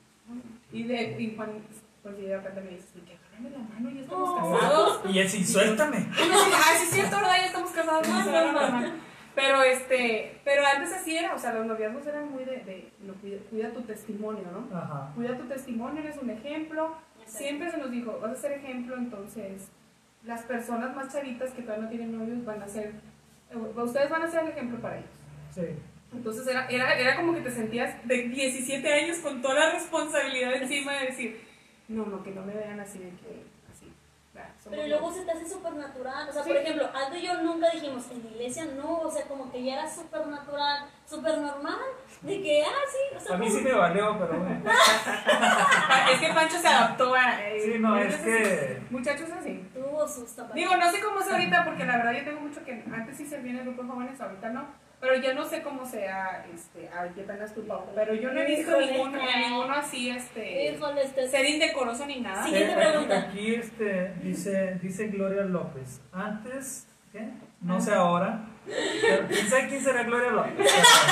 y de, y cuando... Pues de repente me dices, que agárrame la mano, ya estamos oh. casados. Y él sí, suéltame. Ah, sí es cierto, ¿verdad? Ya estamos casados. No, no, no, no. Pero, este, pero antes así era, o sea, los noviazgos eran muy de, de no, cuida, cuida tu testimonio, ¿no? Ajá. Cuida tu testimonio, eres un ejemplo. Exacto. Siempre se nos dijo, vas a ser ejemplo, entonces, las personas más chavitas que todavía no tienen novios van a ser, ustedes van a ser el ejemplo para ellos. Sí. Entonces era, era, era como que te sentías de diecisiete años con toda la responsabilidad encima de decir, no, no, que no me vean así de que, así, Pero luego se te hace súper natural. O sea, Sí. por ejemplo, antes yo nunca dijimos, en la iglesia no, o sea, como que ya era súper natural, súper normal, de que, ah, sí, o sea, A mí como- sí me valió, pero bueno. Es que Pancho se adaptó a. eh, Sí, no, es entonces, que... Muchachos así. tuvo sus tapas. Digo, no sé cómo es ahorita, porque la verdad yo tengo mucho que. Antes sí servía en el grupo de jóvenes, ahorita no. Pero yo no sé cómo sea, este. Ay, qué pena es tu papá. Pero yo no he visto Híjole. ninguno, a ninguno así, este. Híjole, este. Ser indecoroso ni nada. Sí. Eh, Siguiente pregunta. Aquí este, dice, dice Gloria López. Antes, ¿qué? No sé ahora. Pero ¿quién sabe quién será Gloria López?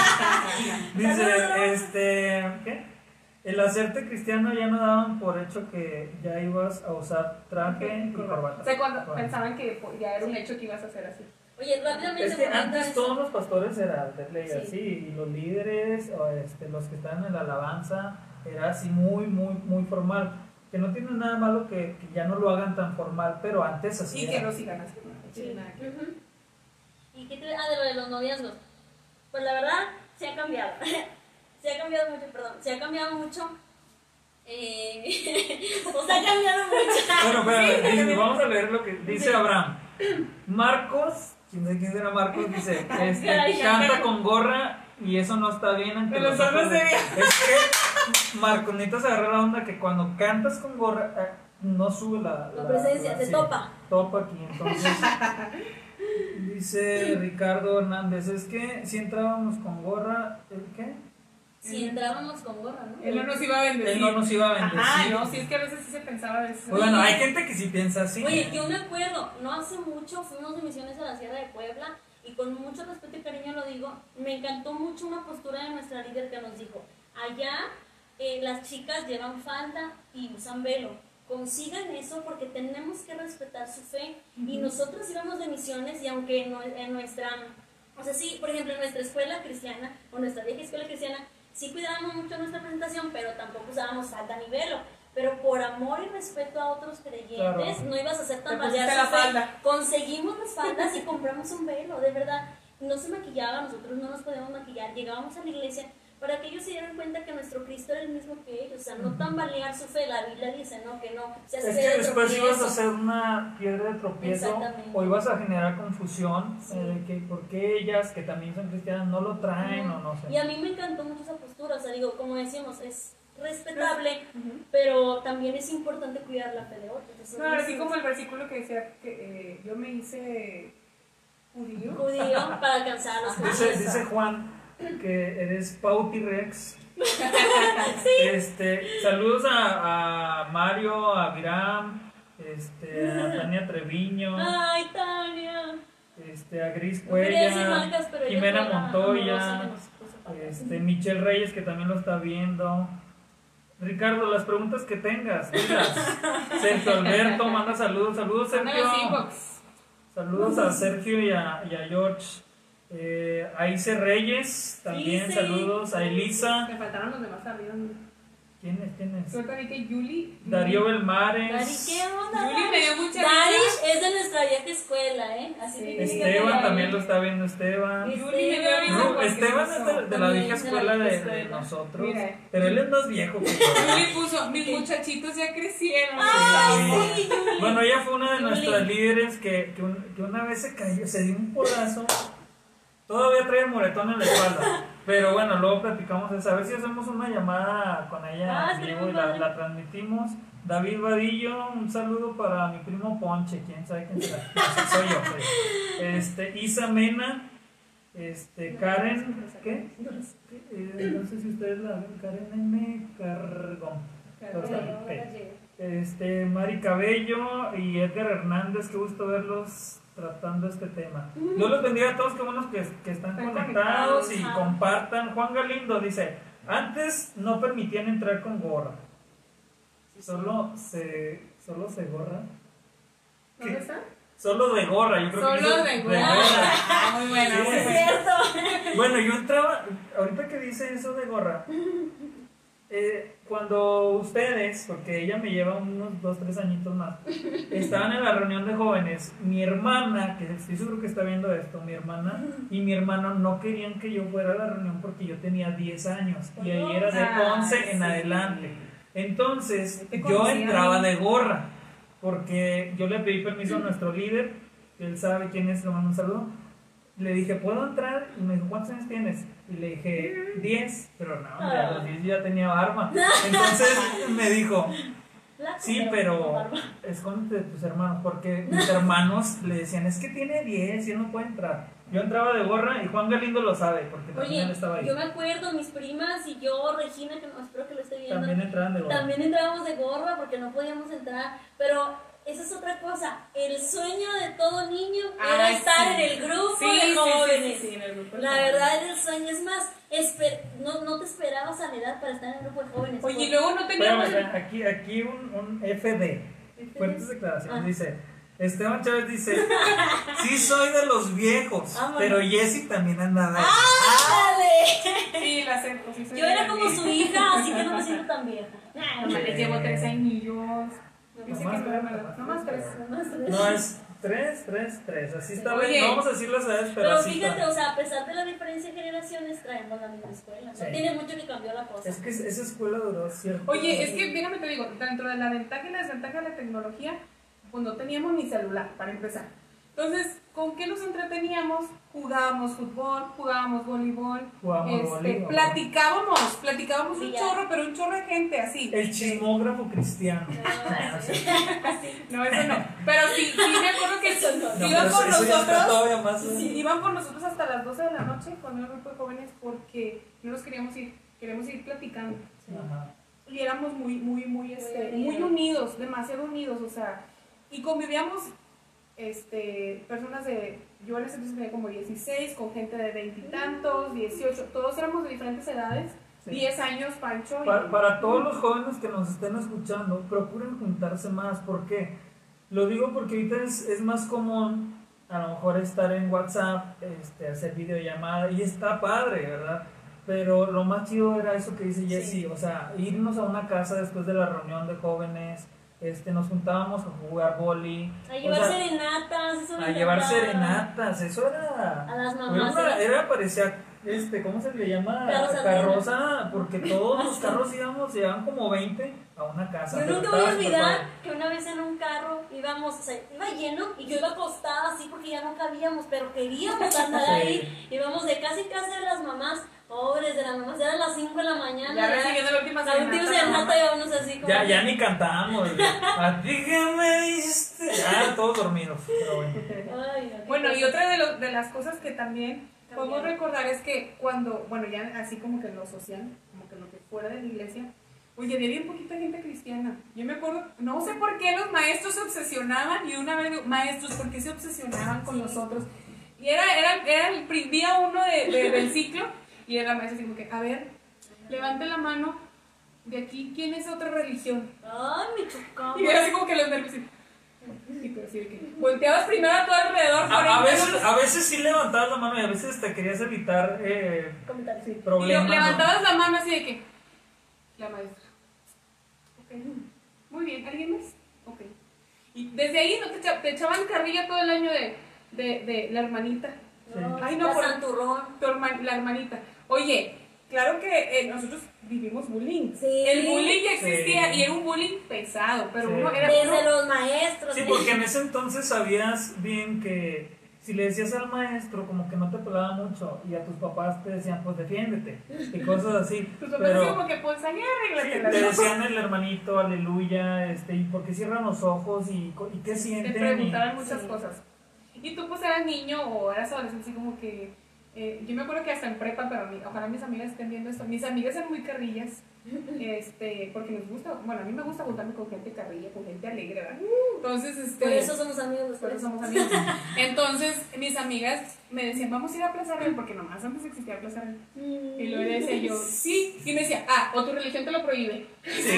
Dice, este, ¿qué? El hacerte cristiano ya no daban por hecho que ya ibas a usar traje y corbata. O sea, cuando Bueno. pensaban que pues, ya era un hecho que ibas a hacer así. Oye, rápidamente. Es que comenta antes eso. todos los pastores eran de ley Sí. así, y los líderes, o este, los que están en la alabanza, era así muy, muy, muy formal. Que no tiene nada malo que, que ya no lo hagan tan formal, pero antes así Y que era. lo sigan haciendo. No tiene Sí. nada que ver. Ujú. ¿Y qué te... Ah, de lo de los noviazgos. Pues la verdad, se ha cambiado. Se ha cambiado mucho, perdón. Se ha cambiado mucho. Eh... o sea, ha cambiado mucho. Bueno, pero Sí, dice, sí. vamos a leer lo que dice Abraham. Marcos, quién sabe quién será Marcos, dice, este, Caray, canta con gorra y eso no está bien ante Pero los solo ojos de- sería- Es que, Marcos, necesitas agarrar la onda que cuando cantas con gorra, eh, no sube la... La presencia, se sí, topa. Topa aquí, entonces... Dice Ricardo Hernández, es que si entrábamos con gorra, ¿el qué? Si entrábamos con gorra, ¿no? Él no nos iba a bendecir. Él no nos iba a bendecir. Ajá, no, sí, es que a veces sí se pensaba de eso. Pues bueno, hay gente que sí piensa así. Oye, yo me acuerdo, no hace mucho fuimos de misiones a la Sierra de Puebla y con mucho respeto y cariño lo digo, me encantó mucho una postura de nuestra líder que nos dijo, allá eh, las chicas llevan falda y usan velo, consigan eso porque tenemos que respetar su fe y nosotros íbamos de misiones y aunque no- en nuestra, o sea, sí, por ejemplo, en nuestra escuela cristiana o nuestra vieja escuela cristiana, sí cuidábamos mucho nuestra presentación, pero tampoco usábamos falda ni velo. Pero por amor y respeto a otros creyentes, Claro. no ibas a ser tan Te pusiste balear la su fe. falda. Conseguimos las faldas y compramos un velo, de verdad. No se maquillaba, nosotros no nos podíamos maquillar. Llegábamos a la iglesia para que ellos se dieran cuenta que nuestro Cristo era el mismo que ellos. O sea, no tambalear su fe. La Biblia dice, no, que no. Se hace Es de que después tropiezo. ibas a hacer una piedra de tropiezo Exactamente. o ibas a generar confusión Sí. eh, de que por qué ellas que también son cristianas no lo traen Ujú. o no sé. Y a mí me encantó mucho esa postura. O sea, digo, como decíamos, es respetable, Ujú. pero también es importante cuidar la fe de otros. Entonces, No, así como el versículo que decía que eh, yo me hice judío. judío para alcanzar a los Dice, judíos. dice Juan que eres Pauti Rex. Este, saludos a, a Mario, a Viram, este, a Tania Treviño, Ay, Tania. este, a Gris No quería decir Cuella, marcas, pero ella Jimena fue la Montoya, amorosa que nos puso patas. este, Michelle Reyes que también lo está viendo. Ricardo, las preguntas que tengas, dilas. Sergio Alberto, manda saludos, saludos Anda Sergio. los inbox. Saludos a Sergio y a, y a George. Eh, a Ice Reyes, también Ice. saludos. A Elisa. Me faltaron los demás arriba. ¿Quién es? ¿Quién es? Suelta vi que Yuli. Darío Dari, Belmares. ¿qué onda? Yuli me dio mucha Dari risa. es de nuestra vieja escuela, ¿eh? Así Sí. que tiene que Esteban ver. también lo está viendo Esteban. Yuli me dio risa No, porque Esteban puso- es de, de la también vieja es de la escuela de, vieja de escuela. nosotros. Mira. Pero él es más viejo que yo. Yuli puso, mis muchachitos ya crecieron. Ay, Sí. sí, Yuli. Bueno, ella fue una de Yuli. nuestras líderes que, que, un- que una vez se cayó, se dio un podazo. Todavía trae el moretón en la espalda. Pero bueno, luego platicamos eso. A ver si hacemos una llamada con ella Ah, en estaría vivo y muy la, padre. la transmitimos. David Vadillo, un saludo para mi primo Ponche. ¿Quién sabe quién será? No, sí, soy yo. Soy yo. Este, Isa Mena. Este, Karen. ¿Qué? Eh, no sé si ustedes la ven. Karen M. Cargón. Pero está bien, ok. Ahora llega. Este, Mari Cabello y Edgar Hernández, qué gusto verlos tratando este tema. Dios los bendiga a todos, qué buenos que, que están Están conectados y conectados, ajá. compartan. Juan Galindo dice, antes no permitían entrar con gorra, solo se, solo se gorra, ¿Dónde está? solo de gorra, yo creo que Solo dice de gorra. Ah, muy buena. Sí. muy Es buena. cierto. Bueno, yo entraba, ahorita que dice eso de gorra, eh, cuando ustedes, porque ella me lleva unos dos, tres añitos más, estaban en la reunión de jóvenes, mi hermana, que estoy seguro que está viendo esto, mi hermana y mi hermano no querían que yo fuera a la reunión porque yo tenía diez años y ahí era de Ah, once en sí. adelante. Entonces, Te yo conocían. entraba de gorra. porque yo le pedí permiso a nuestro líder, él sabe quién es, le mando un saludo. Le dije, ¿puedo entrar? Y me dijo, ¿cuántos años tienes? Y le dije, diez, pero no, ya a los diez ya tenía barba. Entonces me dijo, sí, pero escóndete de tus hermanos, porque mis hermanos le decían, es que tiene diez y él no puede entrar. Yo entraba de gorra y Juan Galindo lo sabe, porque también él Oye, estaba ahí. yo me acuerdo, mis primas y yo, Regina, que no, espero que lo esté viendo, También entraban de gorra. también entrábamos de gorra porque no podíamos entrar, pero esa es otra cosa, el sueño de todo niño era Ay, estar sí. en el grupo Sí, de sí, jóvenes. sí, sí, sí, en el grupo de La jóvenes. verdad era el sueño, es más, esper- no, no te esperabas a la edad para estar en el grupo de jóvenes. Oye, y porque- luego no teníamos... Espérame, aquí, aquí un, un F D, fuertes declaraciones, Ah. dice, Esteban Chávez dice, sí soy de los viejos, Vámonos. pero Jessy también andaba ahí. ¡Ándale! Sí, la acepto, sí soy Yo era de como mí. su hija, así que no me siento tan vieja. Nomás les llevo tres añillos. Dice Nomás que tres, no, ¿verdad? Nomás tres. Nomás tres. No, es tres, tres, tres, así está Oye. bien, no vamos a decir las edades, pero, Pero así fíjate, está. o sea, a pesar de la diferencia de generaciones, traemos la misma escuela. No Sí. tiene mucho que cambió la cosa. Es que esa escuela duró cierto. Oye, es que, déjame te digo, dentro de la ventaja y la desventaja de la tecnología, pues no teníamos ni celular, para empezar. Entonces, ¿con qué nos entreteníamos? Jugábamos fútbol, jugábamos voleibol, Jugábamos este, voleibol. platicábamos, platicábamos un Sí, ya. chorro, pero un chorro de gente así. El chismógrafo cristiano. No, No, eso no. Pero sí, sí me acuerdo que Eso no. No, iban pero por eso, eso ya está nosotros. todavía más. Sí, iban por nosotros hasta las doce de la noche con un grupo de jóvenes porque no nos queríamos ir, queríamos ir platicando. Ajá. Y éramos muy, muy, muy, este, Muy muy unidos. unidos, demasiado unidos, o sea, y convivíamos, este, personas de, yo en ese entonces tenía como dieciséis, con gente de veintitantos, dieciocho, todos éramos de diferentes edades, Sí. diez años, Pancho. y- Para, para todos los jóvenes que nos estén escuchando, procuren juntarse más. ¿Por qué? Lo digo porque ahorita es, es más común a lo mejor estar en WhatsApp, este, hacer videollamada, y está padre, ¿verdad? Pero lo más chido era eso que dice Jessy, Sí. o sea, irnos a una casa después de la reunión de jóvenes, este, nos juntábamos a jugar boli, A o llevar sea, serenatas, eso me a llevar encantaba. serenatas, eso era... A las Era, mamás. una- era- era parecía, este, ¿cómo se le llama? Carroza Carroza, porque todos los carros íbamos, llegaban como veinte a una casa. Yo pero nunca voy a estaba súper olvidar padre. que una vez en un carro íbamos, o sea, iba lleno y yo iba acostada así porque ya no cabíamos, pero queríamos andar Sí. ahí. Íbamos de casa en casa de las mamás, pobres de las mamás, eran las cinco de la mañana. Ya recibiendo la última La última serenata, serenata y vámonos así como. Ya, ya ni cantábamos. A ti que me diste. Ya, todos dormidos. Pero bueno. Ay, no, qué Bueno, y cosa. otra de, lo- de las cosas que también podemos Cambiaron. recordar es que cuando, bueno, ya así como que en lo social, como que lo que fuera de la iglesia, oye, había bien poquita gente cristiana. Yo me acuerdo, no sé por qué los maestros se obsesionaban, y una vez digo, maestros, ¿por qué se obsesionaban con Sí. nosotros? Y era, era, era el pri- día uno de, de- del ciclo, y era la maestra así como que, a ver, levante la mano, de aquí, ¿quién es otra religión? Ay, me chocaba. Y era así como que los nervios, y, y pero así de que, volteabas primero a todo alrededor, por A, a ahí, veces, a veces sí levantabas la mano y a veces te querías evitar eh, Comentarios. y problemas. le- ¿no? levantabas la mano así de que, la maestra. Ok, muy bien, ¿alguien más? Ok. Y desde ahí no te, echa- te echaban carrilla todo el año de, de, de la hermanita, No, Ay, no, la por- santurrón. tu herma- la hermanita. Oye, claro que eh, nosotros vivimos bullying. Sí. El bullying ya existía Sí. y era un bullying pesado, pero Sí. uno era... Desde uno- los maestros. Sí, ¿eh? porque en ese entonces sabías bien que si le decías al maestro como que no te pelaba mucho y a tus papás te decían pues defiéndete y cosas así. tus papás decían Pero como que pues ahí sí, arréglatela, te ¿no? decían el hermanito, aleluya, este, y porque cierran los ojos y, co- y qué Te sienten. preguntaban muchas Sí. cosas. Y tú pues eras niño o eras adolescente, así como que... eh, yo me acuerdo que hasta en prepa, pero a mí- ojalá mis amigas estén viendo esto. Mis amigas eran muy carrillas, este, porque nos gusta, bueno, a mí me gusta juntarme con gente carrilla, con gente alegre, ¿verdad? Entonces, este... Por eso somos amigos los por eso tres. somos amigos. Entonces, mis amigas me decían, vamos a ir a Plaza Real, porque nomás antes existía Plaza Real. Mm. Y luego le decía yo, sí. Y me decía, ah, o tu religión te lo prohíbe. Sí.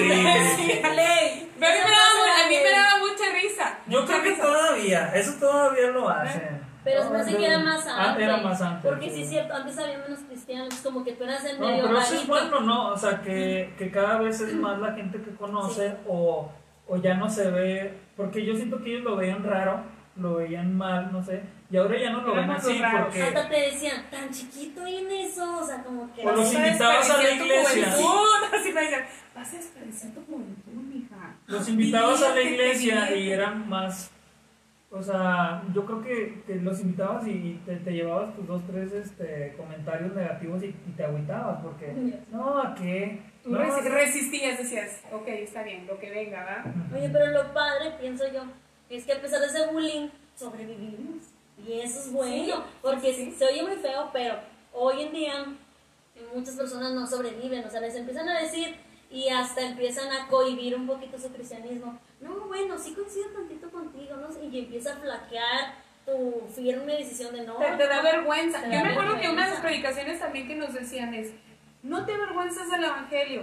Ley. Pero a mí me daba, a mí me daba mucha risa. Yo mucha creo que risa. todavía, eso todavía lo hacen. Pero se me hace que era más Ah, antes. era más antes, Porque sí, sí. es cierto, antes había menos cristianos, como que tú eras el No, medio pero eso es rarito. bueno, ¿no? O sea, que, que cada vez es más la gente que conoce Sí. o, o ya no se ve, porque yo siento que ellos lo veían raro, lo veían mal, no sé, y ahora ya no lo ven Éramos así los raros. porque... Hasta te decían, tan chiquito en eso, o sea, como que... O los Vas a invitabas a la desperdiciar tu iglesia. juventud. Así me decían, vas a desperdiciar tu juventud, mija. los invitabas a la Vivía, iglesia vivía. y eran más, o sea, yo creo que, que los invitabas y te, te llevabas tus dos, tres este, comentarios negativos y, y te agüitabas porque, no, ¿a qué? Tú No, resi- no. resistías, decías, ok, está bien, lo que venga, ¿verdad? Oye, pero lo padre, pienso yo, es que a pesar de ese bullying, sobrevivimos. Y eso es bueno, Sí, porque sí, sí. se oye muy feo, pero hoy en día muchas personas no sobreviven, o sea, les empiezan a decir y hasta empiezan a cohibir un poquito su cristianismo. No, bueno, sí coincido tantito contigo, ¿no? Y empieza a flaquear tu firme decisión de no. Te, te da vergüenza. Te Yo da me acuerdo que una de las vergüenza. predicaciones también que nos decían es, no te avergüences del evangelio.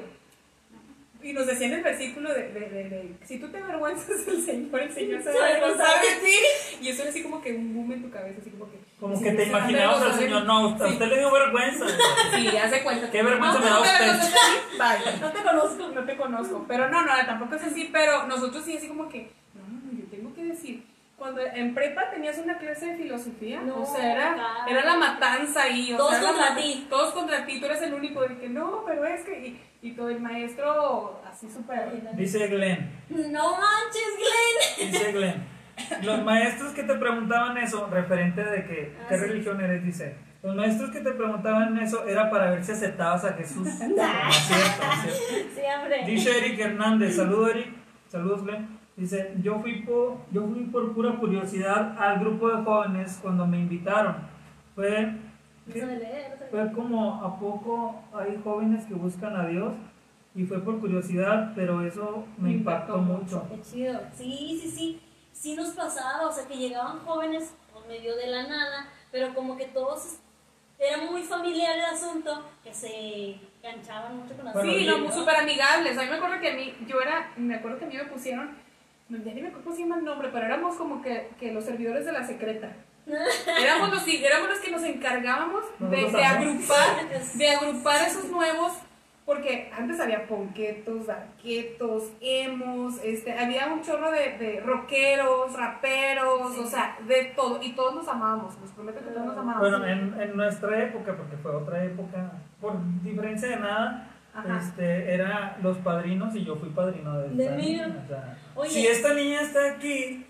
Y nos decían el versículo de, de, de, de, si tú te avergüenzas del Señor, el Señor se va a avergonzar de ti. Y eso era así como que un boom en tu cabeza, así como que... Como si que no te se va a imaginabas al avergonzar de Señor, mí. no, a Sí. usted le dio vergüenza. Sí, hace cuenta. Qué vergüenza no, me da no te usted. avergüenzas de mí, bye. No te conozco, no te conozco. Pero no, no, tampoco es así, pero nosotros sí así como que, no, no, no, yo tengo que decir, cuando en prepa tenías una clase de filosofía, No, o sea, era, claro. era la matanza ahí. O Todos sea, era contra la- ti. Todos contra ti, tú eres el único de que no, pero es que, y, y todo el maestro así súper... Dice Glenn, No manches, Glenn. dice Glenn, los maestros que te preguntaban eso, referente de que, Ah, ¿qué sí. religión eres? Dice, los maestros que te preguntaban eso era para ver si aceptabas a Jesús. No es cierto, no es cierto. Sí, hombre. Dice Eric Hernández, saludos Eric, saludos Glenn. Dice, yo fui, por, yo fui por pura curiosidad al grupo de jóvenes cuando me invitaron. Fue, No sabe leer, no sabe fue como a poco hay jóvenes que buscan a Dios y fue por curiosidad, pero eso me Me impactó impactó mucho. Qué chido. Sí, sí, sí. Sí nos pasaba, o sea, que llegaban jóvenes por medio de la nada, pero como que todos era muy familiar el asunto, que se ganchaban mucho con la Bueno, Sí, y- no, súper amigables. A mí me acuerdo que a mí, yo era, me acuerdo que a mí me pusieron, no, ya ni me acuerdo cómo se llama el nombre, pero éramos como que, que los servidores de la secreta. Éramos los, sí, éramos los que nos encargábamos de, Nosotros de también. agrupar, de agrupar esos nuevos, porque antes había ponquetos, darquetos, emos, este, había un chorro de, de rockeros, raperos, Sí. o sea, de todo, y todos nos amábamos, les prometo que todos nos amábamos. Bueno, en, en nuestra época, porque fue otra época, por diferencia de nada, Ajá. este, era los padrinos y yo fui padrino de De esta niño. niña, o sea, Oye. si esta niña está aquí,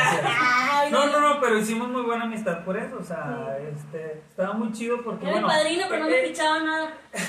Ay, no, no, no, pero hicimos muy buena amistad por eso, o sea, este, estaba muy chido porque, Era bueno, mi padrino, pero no eh, me pichaba nada.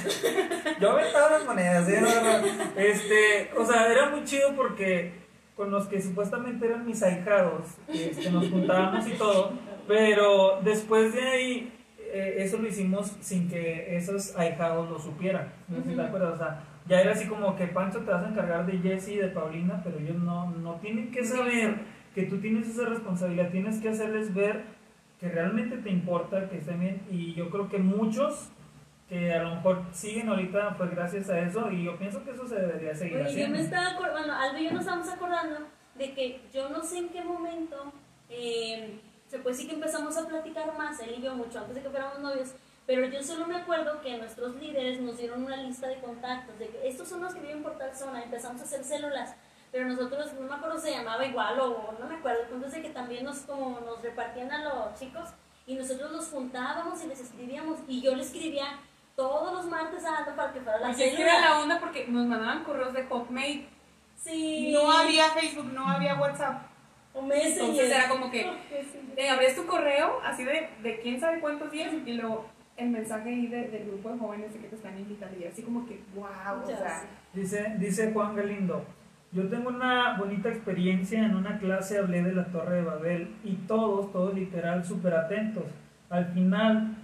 yo aventaba las monedas, ¿eh? No, no. Este, o sea, era muy chido porque con los que supuestamente eran mis ahijados, este, nos juntábamos y todo, pero después de ahí, eh, eso lo hicimos sin que esos ahijados lo supieran, no sé si te Ujú. acuerdas, o sea, ya era así como que Pancho te vas a encargar de Jesse y de Paulina, pero ellos no, no tienen que saber que tú tienes esa responsabilidad, tienes que hacerles ver que realmente te importa, que estén bien, y yo creo que muchos que a lo mejor siguen ahorita fue gracias a eso, y yo pienso que eso se debería seguir Oye, yo haciendo. me estaba acordando, bueno, Aldo y yo nos estamos acordando de que yo no sé en qué momento, eh, se puede decir que empezamos a platicar más, él y yo, mucho antes de que fuéramos novios, pero yo solo me acuerdo que nuestros líderes nos dieron una lista de contactos, de que estos son los que viven por tal zona, empezamos a hacer células, pero nosotros, no me acuerdo si se llamaba igual o no me acuerdo, el punto es de que también nos, como nos repartían a los chicos y nosotros los juntábamos y les escribíamos, y yo le escribía todos los martes a Aldo para que fuera a la Oye, que célula. era la onda porque nos mandaban correos de Hotmail. Sí. No había Facebook, no había WhatsApp. O Messenger. Entonces era como que Oh, Messenger. eh, abrías tu correo así de, de quién sabe cuántos días y luego el mensaje ahí de- del grupo de jóvenes de que te están invitando y así como que wow, o Ya sea, sé. Dice, dice Juan Galindo, yo tengo una bonita experiencia, en una clase hablé de la Torre de Babel y todos, todos literal, súper atentos. Al final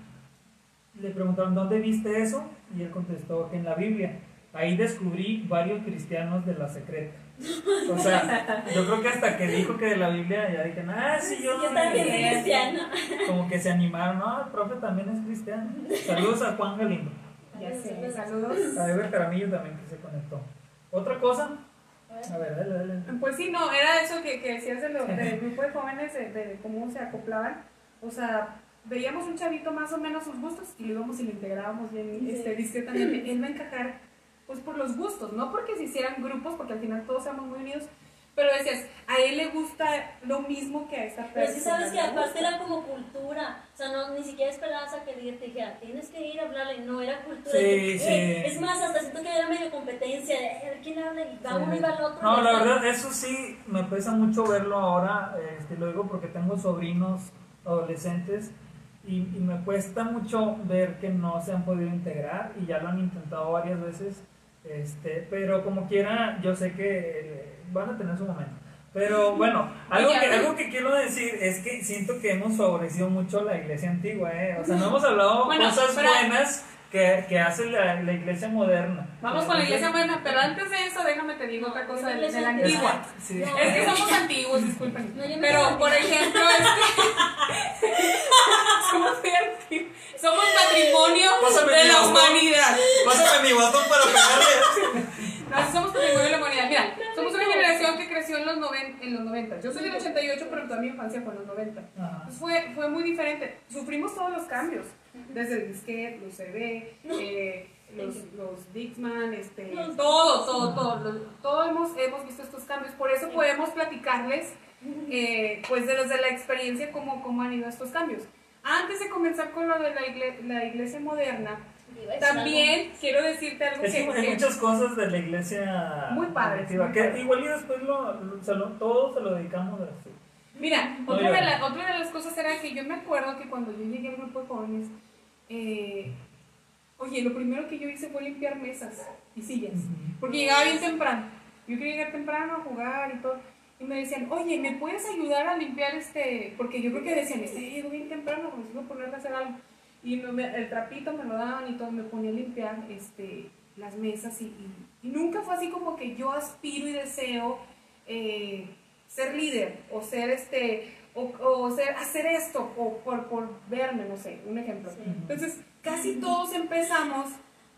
le preguntaron, ¿dónde viste eso? Y él contestó, en la Biblia. Ahí descubrí varios cristianos de la secreta. O sea, yo creo que hasta que dijo que de la Biblia, ya dijeron, ah, sí, yo. Yo también soy Bien. cristiana. Como que se animaron, no, el profe también es cristiano. Saludos a Juan Galindo. ya sé, saludos. A Ever Caramillo también que se conectó. ¿Otra cosa? A ver, dale, dale. Pues sí, no, era eso que, que decías de lo- del grupo de jóvenes, de, de cómo se acoplaban. O sea, veíamos un chavito más o menos sus gustos y lo íbamos y lo integrábamos bien Sí. este, discretamente. Él va a encajar pues por los gustos, no porque se hicieran grupos, porque al final todos éramos muy unidos, pero decías, a él le gusta lo mismo que a esta persona. Pero es que sabes que le aparte gusta. era como cultura, o sea, no, ni siquiera esperabas a que te dijera, tienes que ir a hablarle, no, era cultura. Sí, de que, sí. eh, es más, hasta siento que era medio competencia, de a ver quién habla, y va Sí. uno y va el otro. No, y la así. verdad, eso sí me pesa mucho verlo ahora, este, lo digo porque tengo sobrinos adolescentes y, y me cuesta mucho ver que no se han podido integrar y ya lo han intentado varias veces, este, pero como quiera, yo sé que eh, van a tener su momento. Pero bueno, algo que, algo que quiero decir es que siento que hemos favorecido mucho la iglesia antigua, ¿eh? O sea, no hemos hablado Bueno, cosas pero- buenas que, que hace la, la iglesia moderna. Vamos con la iglesia buena, pero antes de eso, déjame te digo otra cosa de, de la Iglesia antigua. Sí. No. Es que somos antiguos, disculpen. No, yo no Pero, soy por antigua. ejemplo, este... somos muy antiguos. Somos patrimonio Pásame de mi la bastón. humanidad. Pásame mi bastón para pegarle. No, somos patrimonio de la humanidad. Mira, somos una generación que creció en los, noven, en los noventa. Yo soy del ochenta y ocho, pero toda mi infancia fue en los noventa. Ajá. Pues fue, fue muy diferente. Sufrimos todos los cambios. Desde el disquete, los C D, eh, los, los Dixman, este, todo, todo, todo. Lo- todo hemos, hemos visto estos cambios. Por eso podemos platicarles eh, pues de los de la experiencia cómo, cómo han ido estos cambios. Antes de comenzar con lo de la, igle- la iglesia moderna, Iba a decir también quiero decirte algo Es que que, hay que- muchas cosas de la iglesia Muy padres, primitiva, muy que padres. igual y después lo, lo- se lo- todo se lo dedicamos a esto. Mira, No, otra yo- de, la- otra de las cosas era que yo me acuerdo que cuando yo llegué al grupo de jóvenes, eh, oye, lo primero que yo hice fue limpiar mesas y sillas, porque llegaba bien temprano. Yo quería llegar temprano a jugar y todo. Y me decían, oye, ¿me puedes ayudar a limpiar este? Porque yo creo que decían, este llegó bien temprano, pues voy a ponerle a hacer algo. Y no me- el trapito me lo daban y todo, me ponía a limpiar este, las mesas. Y, y- y nunca fue así como que yo aspiro y deseo eh, ser líder o ser este. O, o ser, hacer esto, o por, por verme, no sé, un ejemplo. Sí. Entonces, casi todos empezamos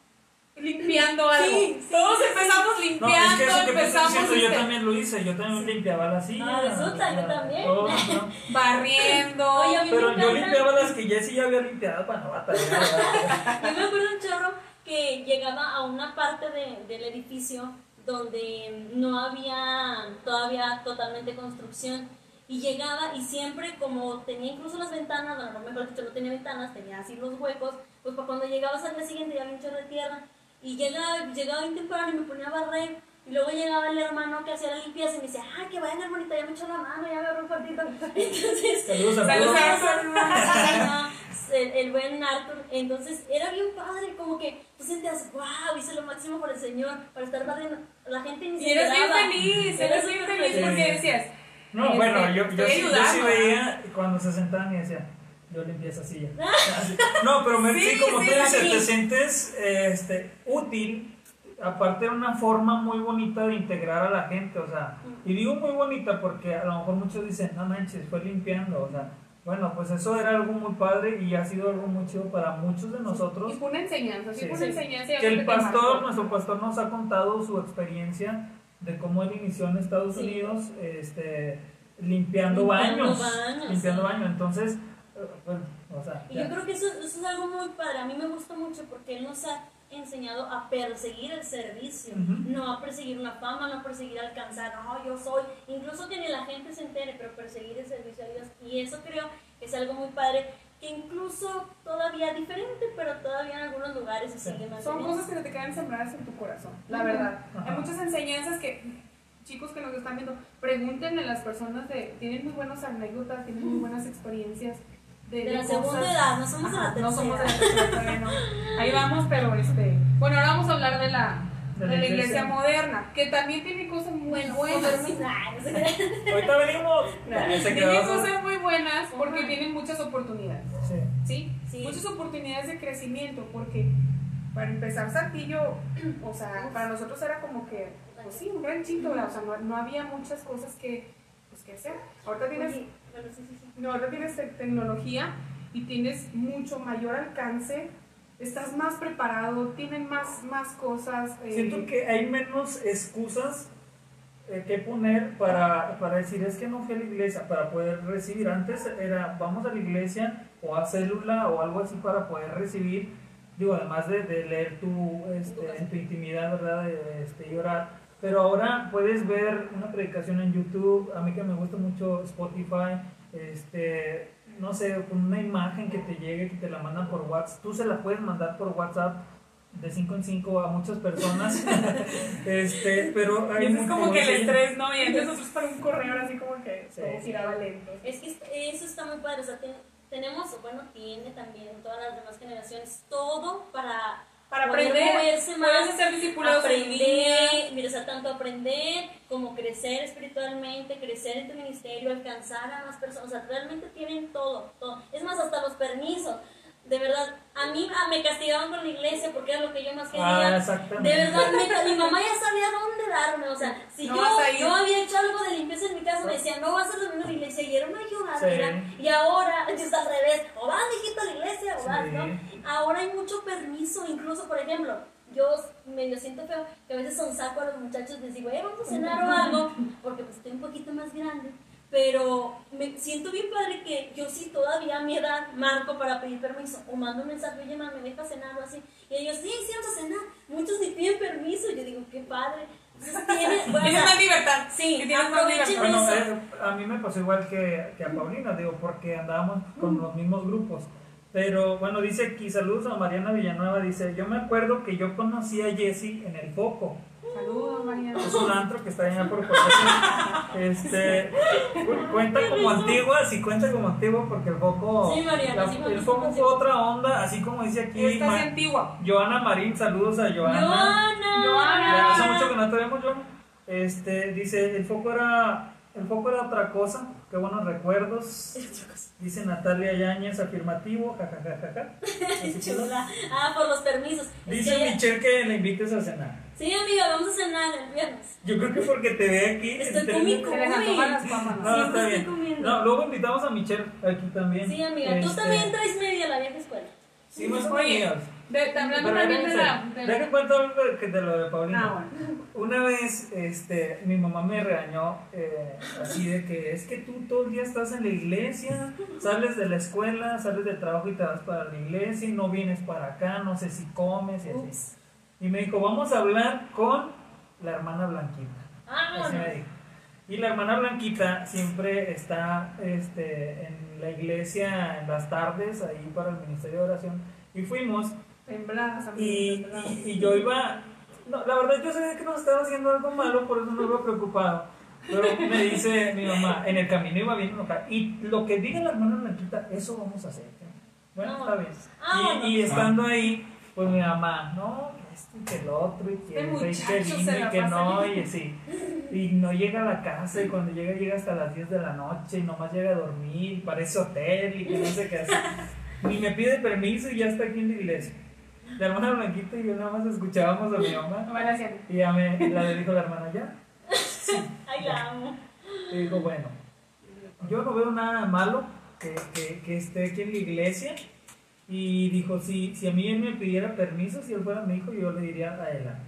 limpiando algo. Sí, sí, todos sí, empezamos No, limpiando, es que eso que tú estás empezamos diciendo yo este, también lo hice, yo también limpiaba las sillas. Ah, resulta, o sea, yo también. todo, ¿no? barriendo. Oye, a mí Pero me yo encanta. limpiaba las que Jessy ya había limpiado para no batallar. ¿verdad? Yo me acuerdo un chorro que llegaba a una parte de- del edificio donde no había todavía totalmente construcción y llegaba y siempre como tenía incluso las ventanas, bueno, no mejor dicho no tenía ventanas, tenía así los huecos, pues para cuando llegabas al día siguiente ya había un chorro de tierra y llegaba, llegaba bien temprano y me ponía a barrer. Y luego llegaba el hermano que hacía la limpieza y me decía, ah, que vayan hermanita, ya me echó la mano, ya me agarró un cuartito. Entonces, Saludos a Saludos todos. Ajá, el, el buen Arthur. Entonces era bien padre, como que tú sentías, wow, hice lo máximo por el Señor, para estar barriendo. La gente ni Y se eres bien enteraba. feliz, Era eres bien súper feliz feliz. porque decías, No, Este, bueno, yo, yo, estoy sí, yo sí ayudando, veía cuando se sentaban y decían, yo limpié esa silla. Así. No, pero me, Sí, sí, como sí, tú dices, sí. te sientes este, útil. Aparte era una forma muy bonita de integrar a la gente, o sea, y digo muy bonita porque a lo mejor muchos dicen, no manches, fue limpiando, o sea, bueno, pues eso era algo muy padre y ha sido algo muy chido para muchos de nosotros. y fue una enseñanza, sí, Sí, fue sí. una enseñanza. y Que algo el te pastor, marcó. nuestro pastor nos ha contado su experiencia de cómo él inició en Estados Sí. Unidos, este, limpiando, Limpiando baños, baños, limpiando sí. baños, entonces, eh, bueno, o sea, Y ya. yo creo que eso, eso es algo muy padre. A mí me gusta mucho porque él nos ha enseñado a perseguir el servicio, Ujú. no a perseguir una fama, no a perseguir alcanzar, no, yo soy, incluso que ni la gente se entere, pero perseguir el servicio a Dios. Y eso creo que es algo muy padre, que incluso todavía diferente, pero todavía en algunos lugares se Sí. sigue Son manteniendo. cosas que se te quedan sembradas en tu corazón, la Ujú. verdad. Ajá. Hay muchas enseñanzas que, chicos que nos están viendo, pregúntenle a las personas de, tienen muy buenas anécdotas, tienen muy buenas experiencias. De, De la cosas- segunda edad, no somos de la Ajá, no somos de la tercera. tercera, todavía no. Ahí vamos, pero este, bueno, ahora vamos a hablar de la, De de la la iglesia. iglesia moderna, que también tiene cosas muy buenas. Ay, no sé. Ahorita venimos. Se quedó. Tiene cosas muy buenas porque Ajá. tienen muchas oportunidades. Sí. ¿Sí? Sí. Muchas oportunidades de crecimiento, porque para empezar Saltillo, o sea, para nosotros era como que, pues sí, un ranchito, ¿verdad? O sea, no, no había muchas cosas que, pues, que hacer. Ahorita tienes, Oye, bueno, sí, sí, sí. no, ahorita tienes te- tecnología y tienes mucho mayor alcance, estás más preparado, tienen más, más cosas. eh, Siento que hay menos excusas eh, que poner para, para decir es que no fui a la iglesia para poder recibir. Antes era vamos a la iglesia o a célula o algo así para poder recibir. Digo, además de, de leer tu, este, en tu intimidad, ¿verdad? De, este, y orar. pero ahora puedes ver una predicación en YouTube, a mí que me gusta mucho Spotify, este, no sé, con una imagen que te llegue, que te la mandan por WhatsApp, tú se la puedes mandar por WhatsApp de cinco en cinco a muchas personas, este, pero Y hay eso es como que el sí. estrés, ¿no? Y entonces nosotros para un correo era así como que Sí. todo giraba lento. Es que est- eso está muy padre, o sea, ten- tenemos, bueno, tiene también todas las demás generaciones, todo para, Para poder aprender, moverse puedes más, hacer discipulados en línea. aprender, mira, o sea, tanto aprender como crecer espiritualmente, crecer en tu ministerio, alcanzar a más personas, o sea, realmente tienen todo, todo. Es más, hasta los permisos. De verdad, a mí ah, me castigaban con la iglesia porque era lo que yo más quería. Ah, exactamente. De verdad, me- mi mamá ya sabía dónde darme. O sea, si No yo vas a ir. no había hecho algo de limpieza en mi casa, me decían, no vas a hacer lo mismo en la iglesia. Y era una lloradera. Sí. Y ahora es al revés. O vas, hijita, a la iglesia, o vas, Sí. ¿no? Ahora hay mucho permiso. Incluso, por ejemplo, yo medio siento feo que a veces son saco a los muchachos. Les digo, eh, vamos a cenar o algo. Porque pues estoy un poquito más grande. Pero me siento bien padre que yo sí todavía a mi edad marco para pedir permiso o mando un mensaje, oye, mamá, ¿me dejas cenar o así? Y ellos, sí, sí, vamos a cenar. Muchos ni piden permiso. Yo digo, qué padre. Entonces tienes, bueno, Tienes más libertad. sí, Que tienes más aprovechen libertad. Bueno, eso. eh, a mí me pasó igual que, que a Paulina, digo, porque andábamos con los mismos grupos. Pero bueno, dice aquí, saludos a Mariana Villanueva, dice, yo me acuerdo que yo conocí a Jessie en el Foco. Saludos, María. Es un antro que está allá por Potosí. Este, cu- cuenta como antigua, sí cuenta como antigua porque el Foco, Sí, Mariana, la- sí, el Mariana, Foco sí. fue otra onda, así como dice aquí Esta Ma- es antigua. Joana Marín, saludos a Joana. Joana. Joana. Ya hace mucho que no te vemos, Joana. Este, dice, el foco era, el foco era otra cosa, qué buenos recuerdos. Dice Natalia Yáñez, afirmativo, jajajaja. Así que- Chula. Ah, por los permisos. Es Dice que- Michelle que le invites a cenar. sí, amiga, vamos a cenar el viernes. Yo creo que porque te ve aquí. Estoy este, comiendo. Se les antojan las papas. No, Siempre está estoy bien. comiendo. No, luego invitamos a Michelle aquí también. Sí, amiga, tú Este, también traes media a la vieja escuela. Sí, más o Oye, menos. de, de- hablando Pero también de déjense, la... de la- dejen cuento algo de, que- de lo de Paulina. Ah, bueno. Una vez, este, mi mamá me regañó eh, así de que es que tú todo el día estás en la iglesia, sales de la escuela, sales del trabajo y te vas para la iglesia y no vienes para acá, no sé si comes y así. Ups. Y me dijo, vamos a hablar con la hermana Blanquita. Ah, Así bueno. me dijo. Y la hermana Blanquita siempre está este, en la iglesia en las tardes, ahí para el ministerio de oración. Y fuimos, Tembladas, amigas, y, tembladas. y, y yo iba, no, la verdad yo sabía que nos estaba haciendo algo malo, por eso no iba preocupado. Pero me dice mi mamá, en el camino iba bien enojada, y lo que diga la hermana Blanquita, eso vamos a hacer. Bueno, está bien. Ah, Y, y estando ahí, pues mi mamá, no, que esto y que el otro, y que, Este y que muchacho vino se y la que pasa no, bien. y así. Y no llega a la casa, y cuando llega, llega hasta las diez de la noche, y nomás llega a dormir, parece hotel, y que no sé qué hace. Ni me pide permiso y ya está aquí en la iglesia. La hermana Blanquita y yo nada más escuchábamos a mi mamá. No van haciendo. Y ya me la le dijo la hermana, ya. Ay, la amo. Y dijo, bueno, yo no veo nada malo que, que, que esté aquí en la iglesia. Y dijo, si, si a mí él me pidiera permiso, si él fuera mi hijo, yo le diría adelante.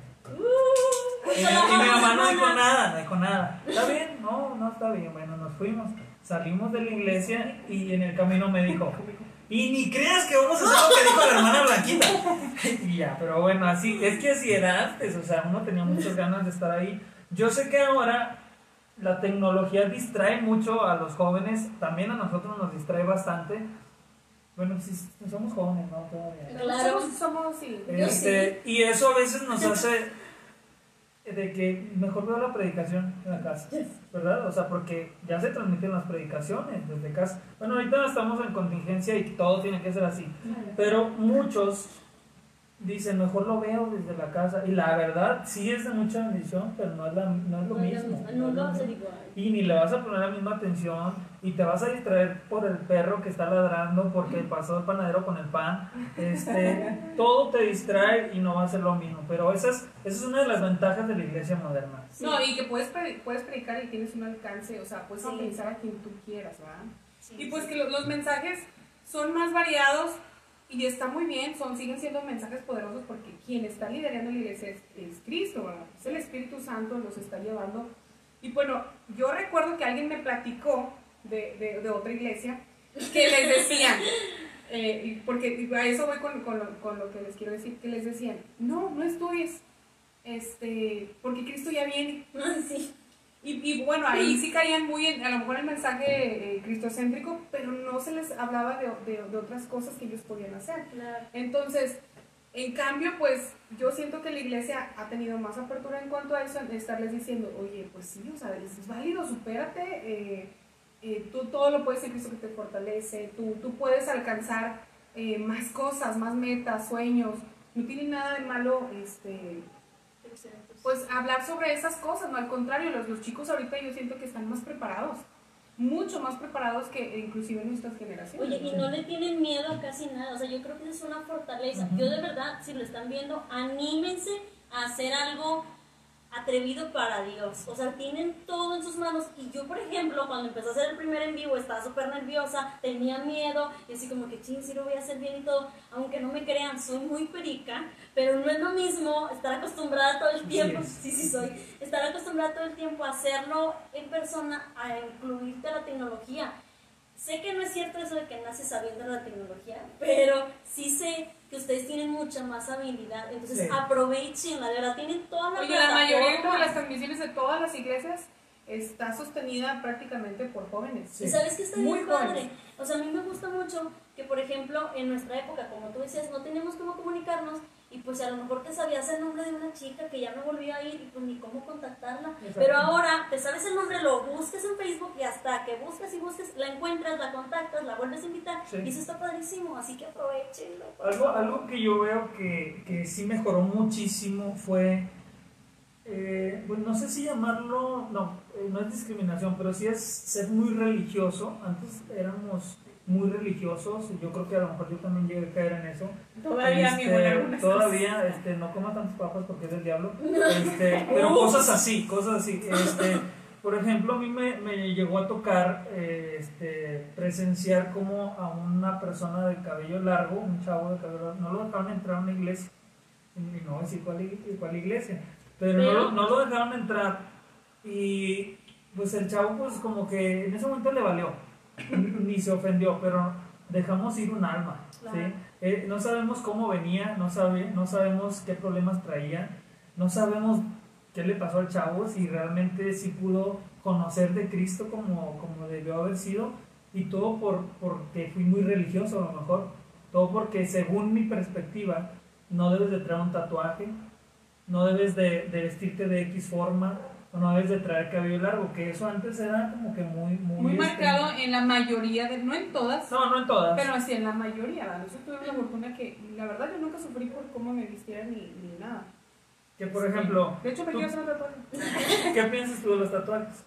Uh, Y, y mi mamá no dijo nada, no dijo nada. ¿Está bien? No, no está bien. Bueno, nos fuimos. Salimos de la iglesia y en el camino me dijo, y ni creas que vamos a hacer lo que dijo la hermana Blanquita. Y ya, pero bueno, así, es que así era antes, o sea, uno tenía muchas ganas de estar ahí. Yo sé que ahora la tecnología distrae mucho a los jóvenes, también a nosotros nos distrae bastante. Bueno, sí, somos jóvenes, ¿no? Todavía. Claro. Somos, somos, sí. Yo Este, y eso a veces nos hace de que mejor veo la predicación en la casa, ¿verdad? O sea, porque ya se transmiten las predicaciones desde casa. Bueno, ahorita estamos en contingencia y todo tiene que ser así, pero muchos dicen, mejor lo veo desde la casa. Y la verdad, sí es de mucha bendición, pero no es, la, no es lo No es lo mismo. mismo, no no es lo lo va a hacer mismo. igual. Y ni le vas a poner la misma atención y te vas a distraer por el perro que está ladrando porque pasó el panadero con el pan. Este, todo te distrae y no va a ser lo mismo. Pero esa es, esa es una de las ventajas de la iglesia moderna. Sí. No, y que puedes, pre- puedes predicar y tienes un alcance, o sea, puedes Sí. utilizar a quien tú quieras, ¿verdad? Sí, Y pues sí. que lo- los mensajes son más variados y está muy bien, son, siguen siendo mensajes poderosos porque quien está liderando la iglesia es, es Cristo, ¿verdad? Es el Espíritu Santo, los está llevando. Y bueno, yo recuerdo que alguien me platicó de, de, de otra iglesia que les decían, eh, y porque a eso voy con, con, lo, con lo que les quiero decir, que les decían, no, no estudies, este, porque Cristo ya viene. Sí. Y, y bueno, ahí sí caían muy en, a lo mejor el mensaje eh, cristocéntrico, pero no se les hablaba de, de, de otras cosas que ellos podían hacer. Claro. Entonces, en cambio, pues yo siento que la iglesia ha tenido más apertura en cuanto a eso, en estarles diciendo, oye, pues sí, o sea, es válido, supérate, eh, eh, tú todo lo puedes en Cristo que te fortalece, tú, tú puedes alcanzar eh, más cosas, más metas, sueños, no tiene nada de malo, este... pues hablar sobre esas cosas, no al contrario, los, los chicos ahorita yo siento que están más preparados, mucho más preparados que inclusive nuestras generaciones. Oye, y no le tienen miedo a casi nada, o sea, yo creo que es una fortaleza. Uh-huh. Yo de verdad, si lo están viendo, anímense a hacer algo atrevido para Dios, o sea, tienen todo en sus manos. Y yo, por ejemplo, cuando empecé a hacer el primer en vivo, estaba súper nerviosa, tenía miedo, y así como que, ching, sí lo voy a hacer bien y todo, aunque no me crean, soy muy perica, pero no es lo mismo estar acostumbrada todo el tiempo, sí, sí, sí soy, estar acostumbrada todo el tiempo a hacerlo en persona, a incluirte a la tecnología. Sé que no es cierto eso de que naces sabiendo la tecnología, pero sí sé que ustedes tienen mucha más habilidad, entonces sí. Aprovechenla, de verdad, tienen toda la Oye, la mayoría de las transmisiones de todas las iglesias está sostenida prácticamente por jóvenes. Sí. ¿Y sabes qué está muy bien padre? O sea, a mí me gusta mucho que, por ejemplo, en nuestra época, como tú decías, no teníamos cómo comunicarnos, y pues a lo mejor te sabías el nombre de una chica que ya no volvía a ir y pues ni cómo contactarla. Pero ahora te sabes el nombre, lo buscas en Facebook y hasta que buscas y busques, la encuentras, la contactas, la vuelves a invitar. Sí. Y eso está padrísimo, así que aprovechenlo. Algo, algo que yo veo que, que sí mejoró muchísimo fue, eh, pues no sé si llamarlo, no, eh, no es discriminación, pero sí es ser muy religioso. Antes éramos muy religiosos, yo creo que a lo mejor yo también llegué a caer en eso. Todavía, este, mi buena, todavía este, no coma tantos papas porque es del diablo, este, pero cosas así, cosas así. Este, por ejemplo, a mí me, me llegó a tocar eh, este, presenciar como a una persona de cabello largo, un chavo de cabello largo, no lo dejaron entrar a una iglesia, y no voy a decir cuál, cuál iglesia, pero, pero... No, lo, no lo dejaron entrar, y pues el chavo pues como que en ese momento le valió, ni se ofendió, pero dejamos ir un alma, claro. ¿Sí? Eh, no sabemos cómo venía, no, sabe, no sabemos qué problemas traía, no sabemos qué le pasó al chavo, si realmente sí pudo conocer de Cristo como, como debió haber sido, y todo por, porque fui muy religioso a lo mejor, todo porque según mi perspectiva no debes de traer un tatuaje, no debes de, de vestirte de X forma, no debes de traer cabello largo, que eso antes era como que muy... Muy, muy marcado este, en la mayoría, de, no en todas. No, no en todas. Pero sí en la mayoría, ¿verdad? Yo tuve la fortuna que, la verdad, yo nunca sufrí por cómo me vistiera ni, ni nada. Que por ejemplo... De hecho, me quiero hacer un tatuaje. ¿Qué piensas tú de los tatuajes?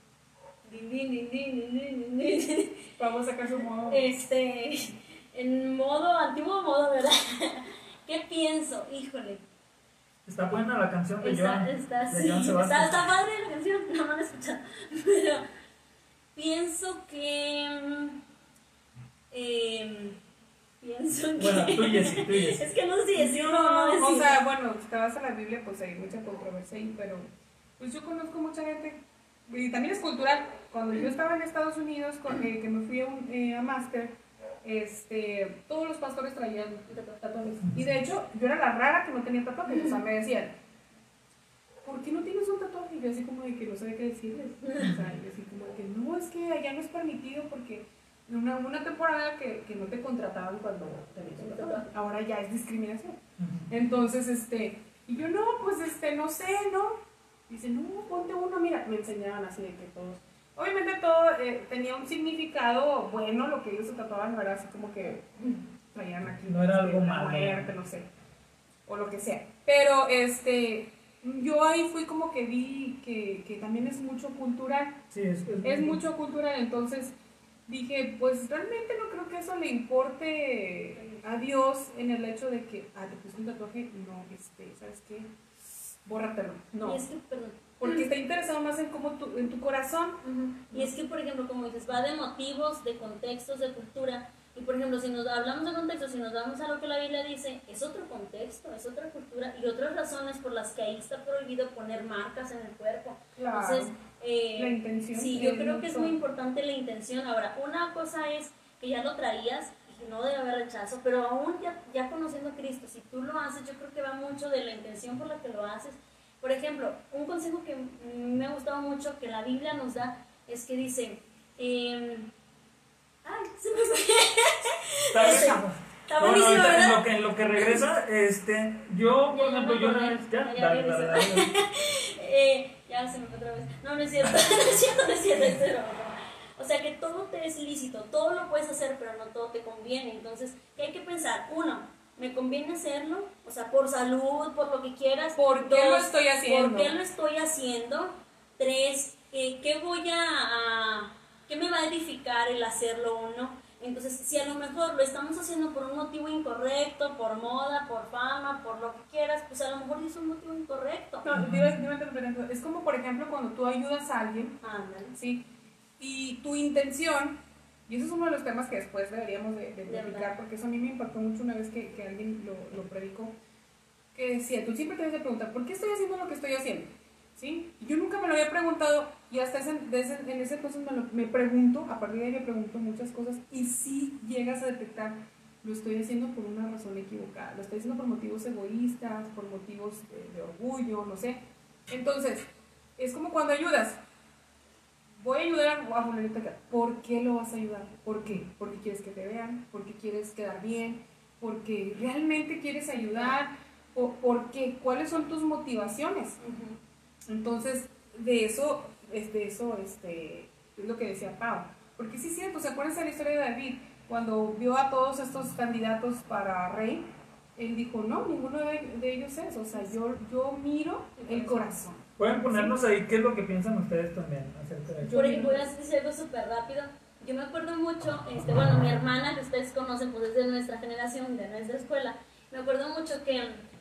Vamos a sacar su modo. Este, en modo, antiguo modo, ¿verdad? ¿Qué pienso? Híjole. Está buena la canción de está, Joan, está, de sí, Joan Sebastián. Está, está padre la canción, no me han escuchado. Pero pienso que... Eh, pienso que... Bueno, tú Jessy, tú Jessy. Es que no sé si decirlo no, o no decirlo. O sea, bueno, si te vas a la Biblia, pues hay mucha controversia ahí, pero pues yo conozco mucha gente, y también es cultural. Cuando yo estaba en Estados Unidos, con, eh, que me fui a, un, eh, a máster, este, todos los pastores traían tatuajes. Y de hecho, yo era la rara que no tenía tatuajes. O sea, me decían, ¿por qué no tienes un tatuaje? Y yo así como de que no sabía qué decirles. O sea, yo así como de que no, es que allá no es permitido porque una, una temporada que, que no te contrataban cuando tenías un tatuaje. Ahora ya es discriminación. Entonces, este, y yo no, pues este, no sé, ¿no? Dice, no, ponte uno, mira, me enseñaban así de que todos. Obviamente todo eh, tenía un significado bueno, lo que ellos se tatuaban no era así como que traían aquí no era algo malo, muerte, no sé, o lo que sea. Pero este, yo ahí fui como que vi que, que también es mucho cultural. Sí, es, es, es mucho cultural, entonces dije, pues realmente no creo que eso le importe a Dios en el hecho de que, ah, te puse un tatuaje, no, este, ¿sabes qué? Bórratelo. No. Y es que, perdón. Porque está interesado más en cómo tu, en tu corazón. Uh-huh. Y es que, por ejemplo, como dices, va de motivos, de contextos, de cultura. Y, por ejemplo, si nos hablamos de contexto, si nos vamos a lo que la Biblia dice, es otro contexto, es otra cultura y otras razones por las que ahí está prohibido poner marcas en el cuerpo. Claro. Entonces, eh, la intención. Sí, yo creo que es muy importante la intención. Ahora, una cosa es que ya lo traías y no debe haber rechazo, pero aún ya, ya conociendo a Cristo, lícito. Si tú lo haces, yo creo que va mucho de la intención por la que lo haces. Por ejemplo, un consejo que me ha gustado mucho que la Biblia nos da es que dice, eh, ay, se me fue. Está Este, bien. Está Bueno, buenísimo, ahorita, en ¿verdad? lo que, en lo que regresa, este, yo, por Ya, ya ejemplo, me yo una acordé. vez, ya, Ya, ya dale, dale, dale, dale. Eh, ya se me fue otra vez. No, no es cierto, no es cierto, no es cierto, es cero. O sea que todo te es lícito, todo lo puedes hacer, pero no todo te conviene. Entonces, ¿qué hay que pensar? Uno, ¿me conviene hacerlo? O sea, por salud, por lo que quieras. ¿Por qué lo estoy haciendo? ¿Por qué lo estoy haciendo? Tres, eh, ¿qué voy a, a- qué me va a edificar el hacerlo uno? Entonces, si a lo mejor lo estamos haciendo por un motivo incorrecto, por moda, por fama, por lo que quieras, pues a lo mejor es un motivo incorrecto. No, te iba a- te iba a interrumpir. Es como, por ejemplo, cuando tú ayudas a alguien, Ándale. ¿sí? Y tu intención, y eso es uno de los temas que después deberíamos de, de De platicar, verdad. porque eso a mí me impactó mucho una vez que, que alguien lo, lo predicó, que decía, tú siempre te debes de preguntar, ¿por qué estoy haciendo lo que estoy haciendo? ¿Sí? Yo nunca me lo había preguntado y hasta ese, desde, en ese entonces me, lo, me pregunto, a partir de ahí me pregunto muchas cosas y si llegas a detectar, lo estoy haciendo por una razón equivocada, lo estoy haciendo por motivos egoístas, por motivos de, de orgullo, no sé. Entonces, es como cuando ayudas. Voy a ayudar a Julieta acá. ¿Por qué lo vas a ayudar? ¿Por qué? Porque quieres que te vean, porque quieres quedar bien, porque realmente quieres ayudar, o porque cuáles son tus motivaciones. Ujú. Entonces, de eso, este, eso, este, es lo que decía Pau. Porque sí es cierto, ¿se acuerdan de la historia de David? Cuando vio a todos estos candidatos para rey, él dijo, no, ninguno de, de ellos es. O sea, yo, yo miro el corazón. Pueden ponernos ahí qué es lo que piensan ustedes también acerca de eso. Por ejemplo, voy a decir algo súper rápido. Yo me acuerdo mucho, este, bueno, mi hermana, que ustedes conocen, pues es de nuestra generación, de nuestra escuela, me acuerdo mucho que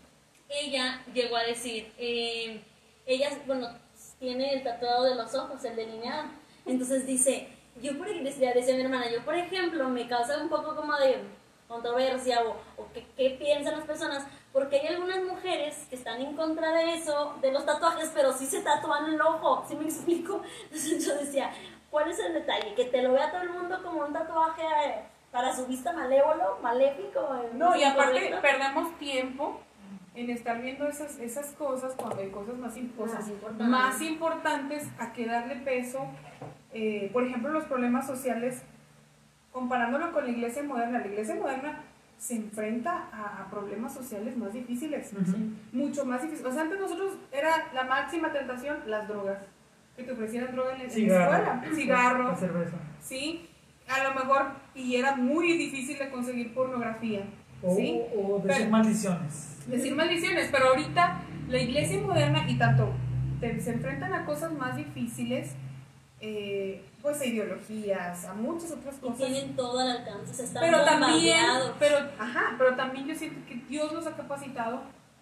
ella llegó a decir, eh, ella, bueno, tiene el tatuado de los ojos, el delineado, entonces dice, yo por decía, decía mi hermana, yo por ejemplo, me causa un poco como de controversia o, o qué, qué piensan las personas, porque hay algunas mujeres que están en contra de eso, de los tatuajes, pero sí se tatúan el ojo, ¿sí me explico? Entonces yo decía, ¿cuál es el detalle? Que te lo vea todo el mundo como un tatuaje para su vista malévolo, maléfico. No, y aparte incorrecto. perdemos tiempo en estar viendo esas, esas cosas cuando hay cosas más, im- cosas Más importantes. más importantes a que darle peso. Eh, por ejemplo, los problemas sociales, comparándolo con la iglesia moderna, la iglesia moderna se enfrenta a, a problemas sociales más difíciles, Ujú. mucho más difíciles. O sea, antes nosotros era la máxima tentación las drogas, que te ofrecieran droga en, en la escuela, cigarro, La cerveza. ¿sí? A lo mejor, y era muy difícil de conseguir pornografía, O, ¿sí? o decir Pero- maldiciones. Decir maldiciones, pero ahorita la iglesia moderna y tanto te- se enfrentan a cosas más difíciles, eh, pues a ideologías, a muchas otras Y cosas. tienen todo al alcance, se están Pero también, bombardeados. pero, ajá, pero también yo siento que Dios los ha capacitado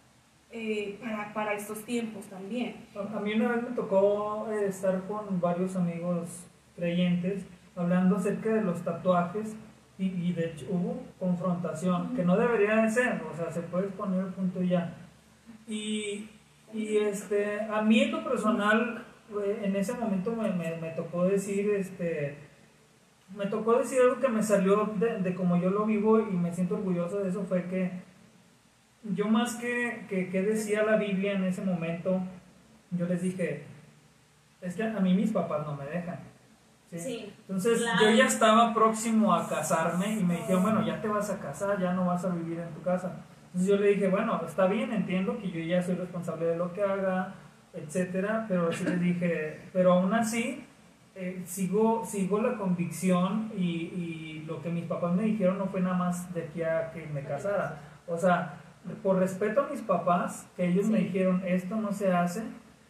eh, para, para estos tiempos también. A a mí una vez me tocó eh, estar con varios amigos creyentes hablando acerca de los tatuajes y, y de hecho hubo confrontación, que no debería de ser, o sea, se puede poner el punto ya. Y, y este, a mí en lo personal, eh, en ese momento me, me, me tocó decir, este, me tocó decir algo que me salió de, de como yo lo vivo y me siento orgulloso de eso, fue que yo más que, que, que decía la Biblia en ese momento, yo les dije, es que a mí mis papás no me dejan. ¿sí? Sí, Entonces claro. yo ya estaba próximo a casarme y me dijeron, bueno, ya te vas a casar, ya no vas a vivir en tu casa. Entonces yo le dije, bueno, está bien, entiendo que yo ya soy responsable de lo que haga, etcétera, pero sí les dije, pero aún así eh, sigo, sigo la convicción y, y lo que mis papás me dijeron no fue nada más de aquí a que me casara. O sea, por respeto a mis papás, que ellos me Sí. dijeron, esto no se hace,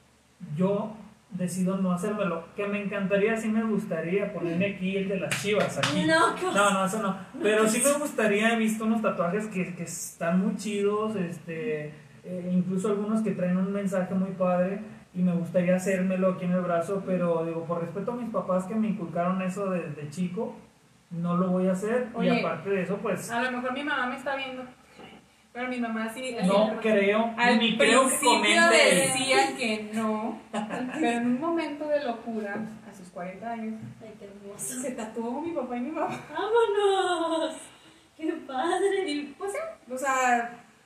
yo decido no hacérmelo. Que me encantaría, sí me gustaría ponerme aquí el de las chivas, aquí. No, qué No, no, eso no. Pero sí me gustaría, he visto unos tatuajes que, que están muy chidos, este, eh, incluso algunos que traen un mensaje muy padre y me gustaría hacérmelo aquí en el brazo, pero digo, por respeto a mis papás que me inculcaron eso desde chico, no lo voy a hacer. Oye, y aparte de eso, pues, A lo mejor mi mamá me está viendo, pero mi mamá sí. no creo, Al ni creo que principio comente. decía que no, pero en un momento de locura, a sus cuarenta años, Ay, qué hermoso. se tatuó mi papá y mi mamá. ¡Vámonos! ¡Qué padre! Y pues sí, o sea,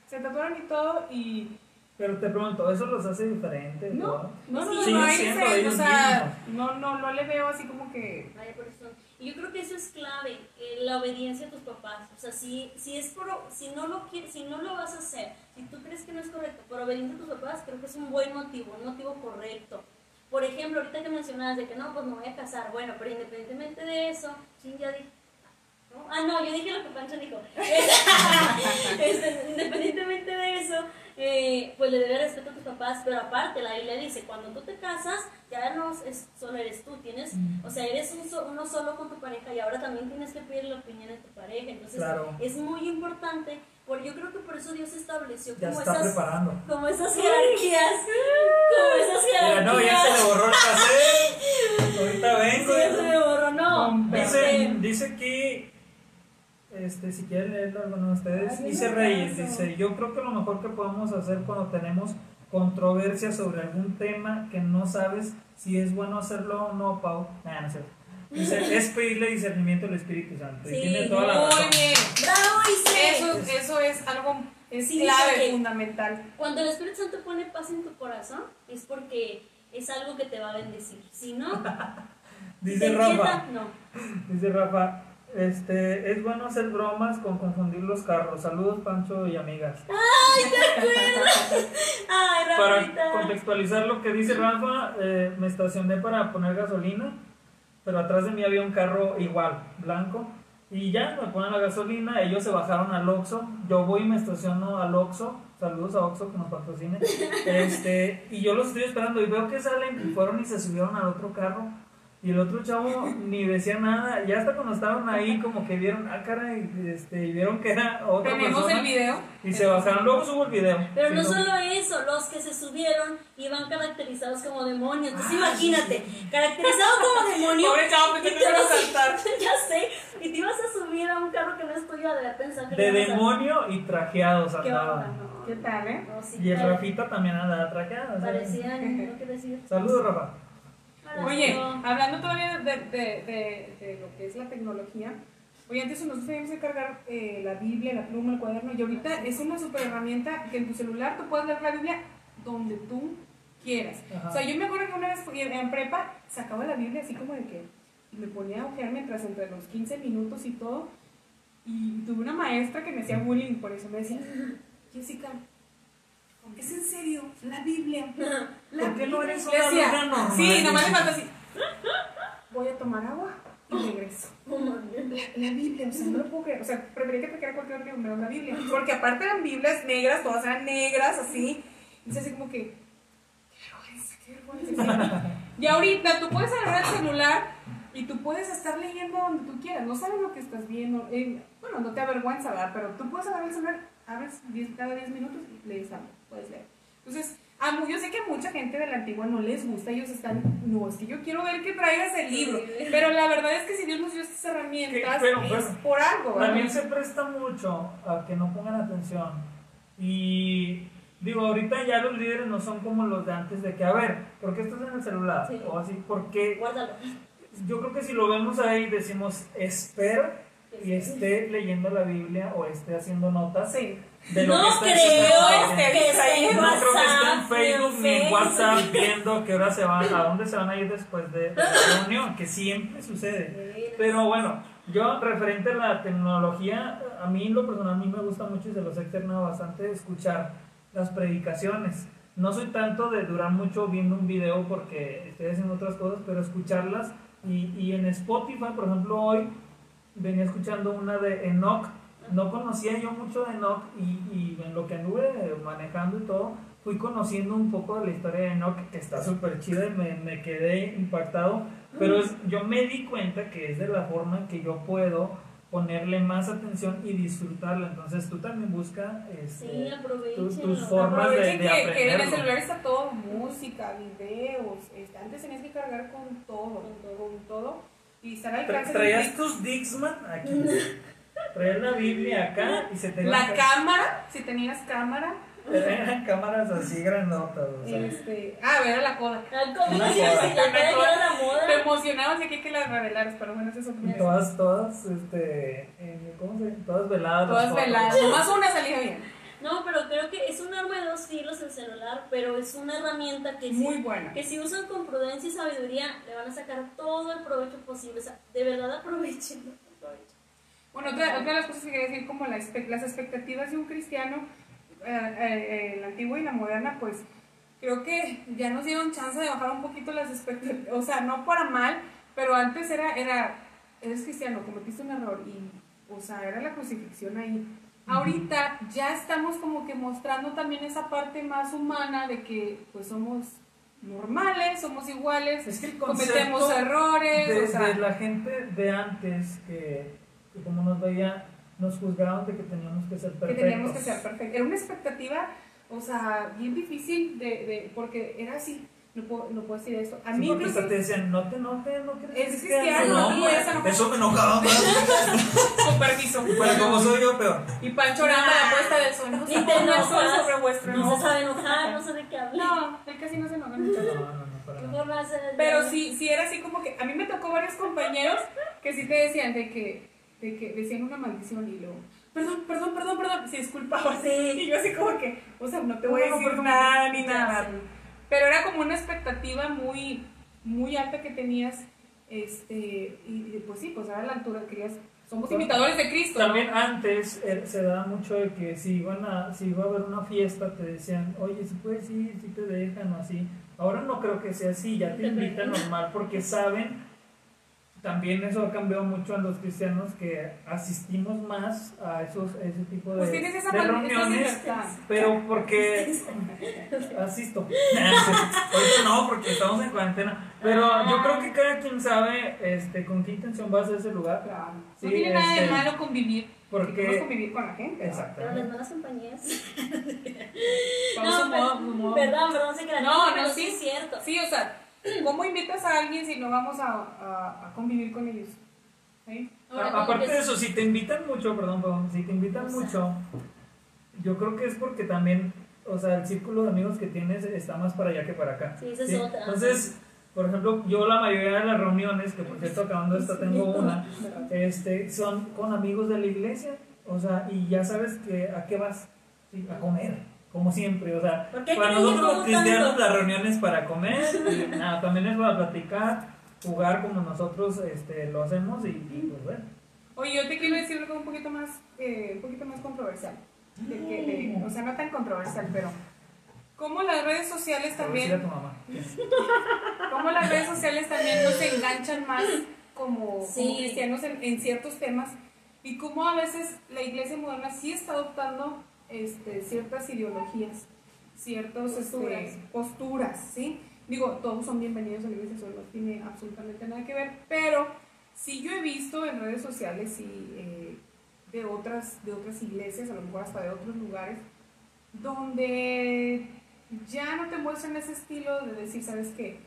se tatuaron y todo y... Pero te pregunto, ¿eso los hace diferentes? No, no, no, Siguen no, siendo no, ellos o sea, no, no, no le veo así como que... Vaya por eso. Y yo creo que eso es clave, eh, la obediencia a tus papás. O sea, si, si, es por, si, no lo quieres, si no lo vas a hacer, si tú crees que no es correcto, por obediencia a tus papás, creo que es un buen motivo, un motivo correcto. Por ejemplo, ahorita que mencionabas de que no, pues me voy a casar. Bueno, pero independientemente de eso, sí, ya dije... ¿no? Ah, no, yo dije lo que Pancho dijo. este, independientemente de eso, eh, pues le debes respeto a tus papás, pero aparte la Biblia dice, cuando tú te casas, ya no es, solo eres tú, tienes, o sea, eres un so, uno solo con tu pareja y ahora también tienes que pedir la opinión de tu pareja, entonces claro. Es muy importante, por, yo creo que por eso Dios estableció ya como, está esas, preparando. como esas jerarquías, como esas jerarquías. Mira, no, ya se le borró el cassette, ahorita vengo. Sí, se me borró, no. Dice, Este, dice que... Este, si quieren leerlo alguno de ustedes, Ay, dice no, Reyes, eso. dice, yo creo que lo mejor que podemos hacer cuando tenemos controversia sobre algún tema que no sabes si es bueno hacerlo o no, Pau, ah, no sé. Dice, es pedirle discernimiento al Espíritu Santo. Sí, y tiene toda la razón. Muy bien. bravo, Isel. Eso, eso es algo, es Sí, clave, porque- fundamental. Cuando el Espíritu Santo pone paz en tu corazón, es porque es algo que te va a bendecir. Si no, si Dice te Rafa, inquieta, no. dice Rafa, este, es bueno hacer bromas con confundir los carros. Saludos, Pancho y amigas. Ay, Para Rafita. contextualizar lo que dice Rafa, eh, me estacioné para poner gasolina, pero atrás de mí había un carro igual, blanco, y ya me ponen la gasolina, ellos se bajaron al Oxxo, yo voy y me estaciono al Oxxo, saludos a Oxxo que nos patrocine, este, y yo los estoy esperando y veo que salen y fueron y se subieron al otro carro. Y el otro chavo ni decía nada, ya hasta cuando estaban ahí como que vieron, ah caray, este, y vieron que era otra Tenemos persona el video. y se bajaron, luego subo el video. Pero Sí, no lo- solo eso, los que se subieron iban caracterizados como demonios. Entonces imagínate, caracterizado como demonio. Pobre chavo, y pensé te que iba a vas- saltar. Ya sé, y te ibas a subir a un carro que no es tuyo, de pensar que De le ibas a- demonio y trajeados ¿Qué onda? andaban. No, ¿Qué tal, eh? no, sí, Y el pare- Rafita también andaba trajeado. ¿sabes? Parecían, no quiero decir. Saludos, Rafa. Oye, No. hablando todavía de, de, de, de lo que es la tecnología, oye, antes nosotros teníamos que cargar eh, la Biblia, la pluma, el cuaderno, y ahorita es una super herramienta que en tu celular tú puedes leer la Biblia donde tú quieras. Ajá. O sea, yo me acuerdo que una vez fui en, en prepa sacaba la Biblia así como de que me ponía a ojear mientras entre los quince minutos y todo, y tuve una maestra que me hacía bullying por eso, me decía, Jessica, ¿es en serio? La Biblia. La ¿Por qué no Biblia". eres Le una decía, alumna normal? sí, nomás le falta así. Voy a tomar agua y regreso. Oh, my God. La, la Biblia, o sea, no lo puedo creer. O sea, prefería que trajera cualquier otro menos la Biblia. Porque aparte eran Biblias negras, todas eran negras, así. Y se hace como que. Qué vergüenza, qué vergüenza. sí. Y ahorita tú puedes agarrar el celular y tú puedes estar leyendo donde tú quieras. No sabes lo que estás viendo. eh, bueno, no te avergüenza, ¿verdad? Pero tú puedes agarrar el celular, abres diez cada diez minutos y lees algo. Puedes leer. Entonces, a mu- yo sé que a mucha gente de la antigua no les gusta, ellos están, no, es que yo quiero ver que traigas el libro, Sí. pero la verdad es que si Dios nos dio estas herramientas, Que- pero, es bueno, por algo, ¿verdad? También se presta mucho a que no pongan atención. Y digo, ahorita ya los líderes no son como los de antes de que, a ver, ¿por qué estás en el celular? Sí. O así, porque Guárdalo. yo creo que si lo vemos ahí decimos, espero y esté leyendo la Biblia o esté haciendo notas Sí. de lo No que está creo escuchando. que esté en No creo que esté en WhatsApp, Facebook ni en Facebook. WhatsApp viendo qué hora se van, a dónde se van a ir después de la reunión, que siempre sucede. Pero bueno, yo referente a la tecnología, a mí en lo personal a mí me gusta mucho y se los he externado bastante escuchar las predicaciones. No soy tanto de durar mucho viendo un video porque estoy haciendo otras cosas, pero escucharlas y, y en Spotify, por ejemplo, hoy venía escuchando una de Enoch. No conocía yo mucho de Enoch y, y en lo que anduve manejando y todo, fui conociendo un poco de la historia de Enoch, que está súper chida y me, me quedé impactado, pero es, yo me di cuenta que es de la forma en que yo puedo ponerle más atención y disfrutarla. Entonces tú también busca este, Sí, aprovechenlo. tus, tus formas de, Aprovechen de que, que en el aprenderlo. celular está todo, música, videos, este, antes tenías que cargar con todo, Con todo. con todo, y estar al Tra- alcance de Traías un tus Dixman aquí, traías la Biblia acá y se te clic. La cámara, si tenías cámara, eran cámaras así grandotas. O sea. este, ah, ver a la coda. Ah, ¿cómo Una si moda. la cara que era la Te moda? emocionabas de que, que las revelaras, pero bueno, eso es otro Y tema. todas, todas, este, eh, ¿cómo se llama? Todas veladas. las Todas fotos. veladas, nomás una salía bien. No, pero creo que es un arma de dos filos el celular, pero es una herramienta que Muy si, buena. que si usan con prudencia y sabiduría, le van a sacar todo el provecho posible. O sea, de verdad aprovechen. aprovechen. Bueno, otra, otra de las cosas que quería decir, como la, las expectativas de un cristiano, eh, eh, el antiguo y la moderna, pues creo que ya nos dieron chance de bajar un poquito las expectativas, o sea, no para mal, pero antes era, era eres cristiano, cometiste un error y, o sea, era la crucifixión ahí. Ahorita ya estamos como que mostrando también esa parte más humana de que pues somos normales, somos iguales, Es que el cometemos concepto errores, de, o sea, de la gente de antes que, que como nos veía, nos juzgaban de que teníamos que ser que perfectos. teníamos que ser perfectos. Era una expectativa, o sea, bien difícil de, de porque era así, no puedo, no puedo decir esto. A Sí, mí porque creo hasta que te decían, no te enojes, no crees es que cristiano, no, no puedes enojar. Eso me enojaba más. con permiso. Pero como soy yo, peor. Y Pancho orando la puesta del sol, no Ni se te ponga el sol enojas, sobre vuestro no enojo. se sabe enojar, no sé de qué hablar. No, él casi no se enoja mucho. No, no, no, para nada. Mejor no hace- Pero sí, sí era así como que a mí me tocó varios compañeros que sí te decían de que, de que decían una maldición y luego, perdón, perdón, perdón, perdón, se disculpaba. Sí. Y yo así como que, o sea, no te voy a No, no, decir perdón. nada ni Ya nada. sé. Pero era como una expectativa muy, muy alta que tenías, este, y, y pues sí, pues era la altura que querías. Somos imitadores de Cristo, ¿no? También antes eh, se daba mucho de que si iban a, si iba a haber una fiesta te decían, oye, si puedes ir, si te dejan o así. Ahora no creo que sea así, ya te invitan normal porque saben, también eso ha cambiado mucho en los cristianos que asistimos más a esos a ese tipo de, Pues tienes esa de mal- esa reuniones, libertad. pero porque asisto. Ahorita no, porque estamos en cuarentena. Pero yo creo que cada quien sabe este, con qué intención va a ese lugar. Claro. Sí, no tiene nada de este, malo convivir. porque- Queremos convivir con la gente. ¿no? Pero las Exactamente. malas compañías. Vamos No, a modo- pero- modo- Perdón, perdón, se crean. No, pero no, sí sí. es cierto. Sí, o sea, ¿cómo invitas a alguien si no vamos a, a, a convivir con ellos? ¿Sí? Ahora, A- como aparte que- de eso, si te invitan mucho, perdón, perdón, si te invitan O sea. mucho, yo creo que es porque también, o sea, el círculo de amigos que tienes está más para allá que para acá. Sí, esa es otra. Entonces, por ejemplo, yo la mayoría de las reuniones, que por cierto acabando esta tengo una, este, son con amigos de la iglesia, o sea, y ya sabes que a qué vas, sí, a comer, como siempre, o sea, ¿Por qué para crees que nosotros los como cristianos tanto? las reuniones para comer, y nada, también es para platicar, jugar como nosotros este, lo hacemos y, y pues bueno. Oye, yo te quiero decir algo un poquito más, eh, un poquito más controversial. De que, de- o sea, no tan controversial, pero como las redes sociales Te voy a decir a también, tu mamá. como las redes sociales también nos enganchan más como, Sí. como cristianos en, en ciertos temas y como a veces la iglesia moderna sí está adoptando este, ciertas ideologías, ciertas Posturas. este, posturas, ¿sí? Digo, todos son bienvenidos a la iglesia, eso no tiene absolutamente nada que ver, pero sí yo he visto en redes sociales y eh, de, otras, de otras iglesias, a lo mejor hasta de otros lugares, donde ya no te muestran ese estilo de decir, ¿sabes qué?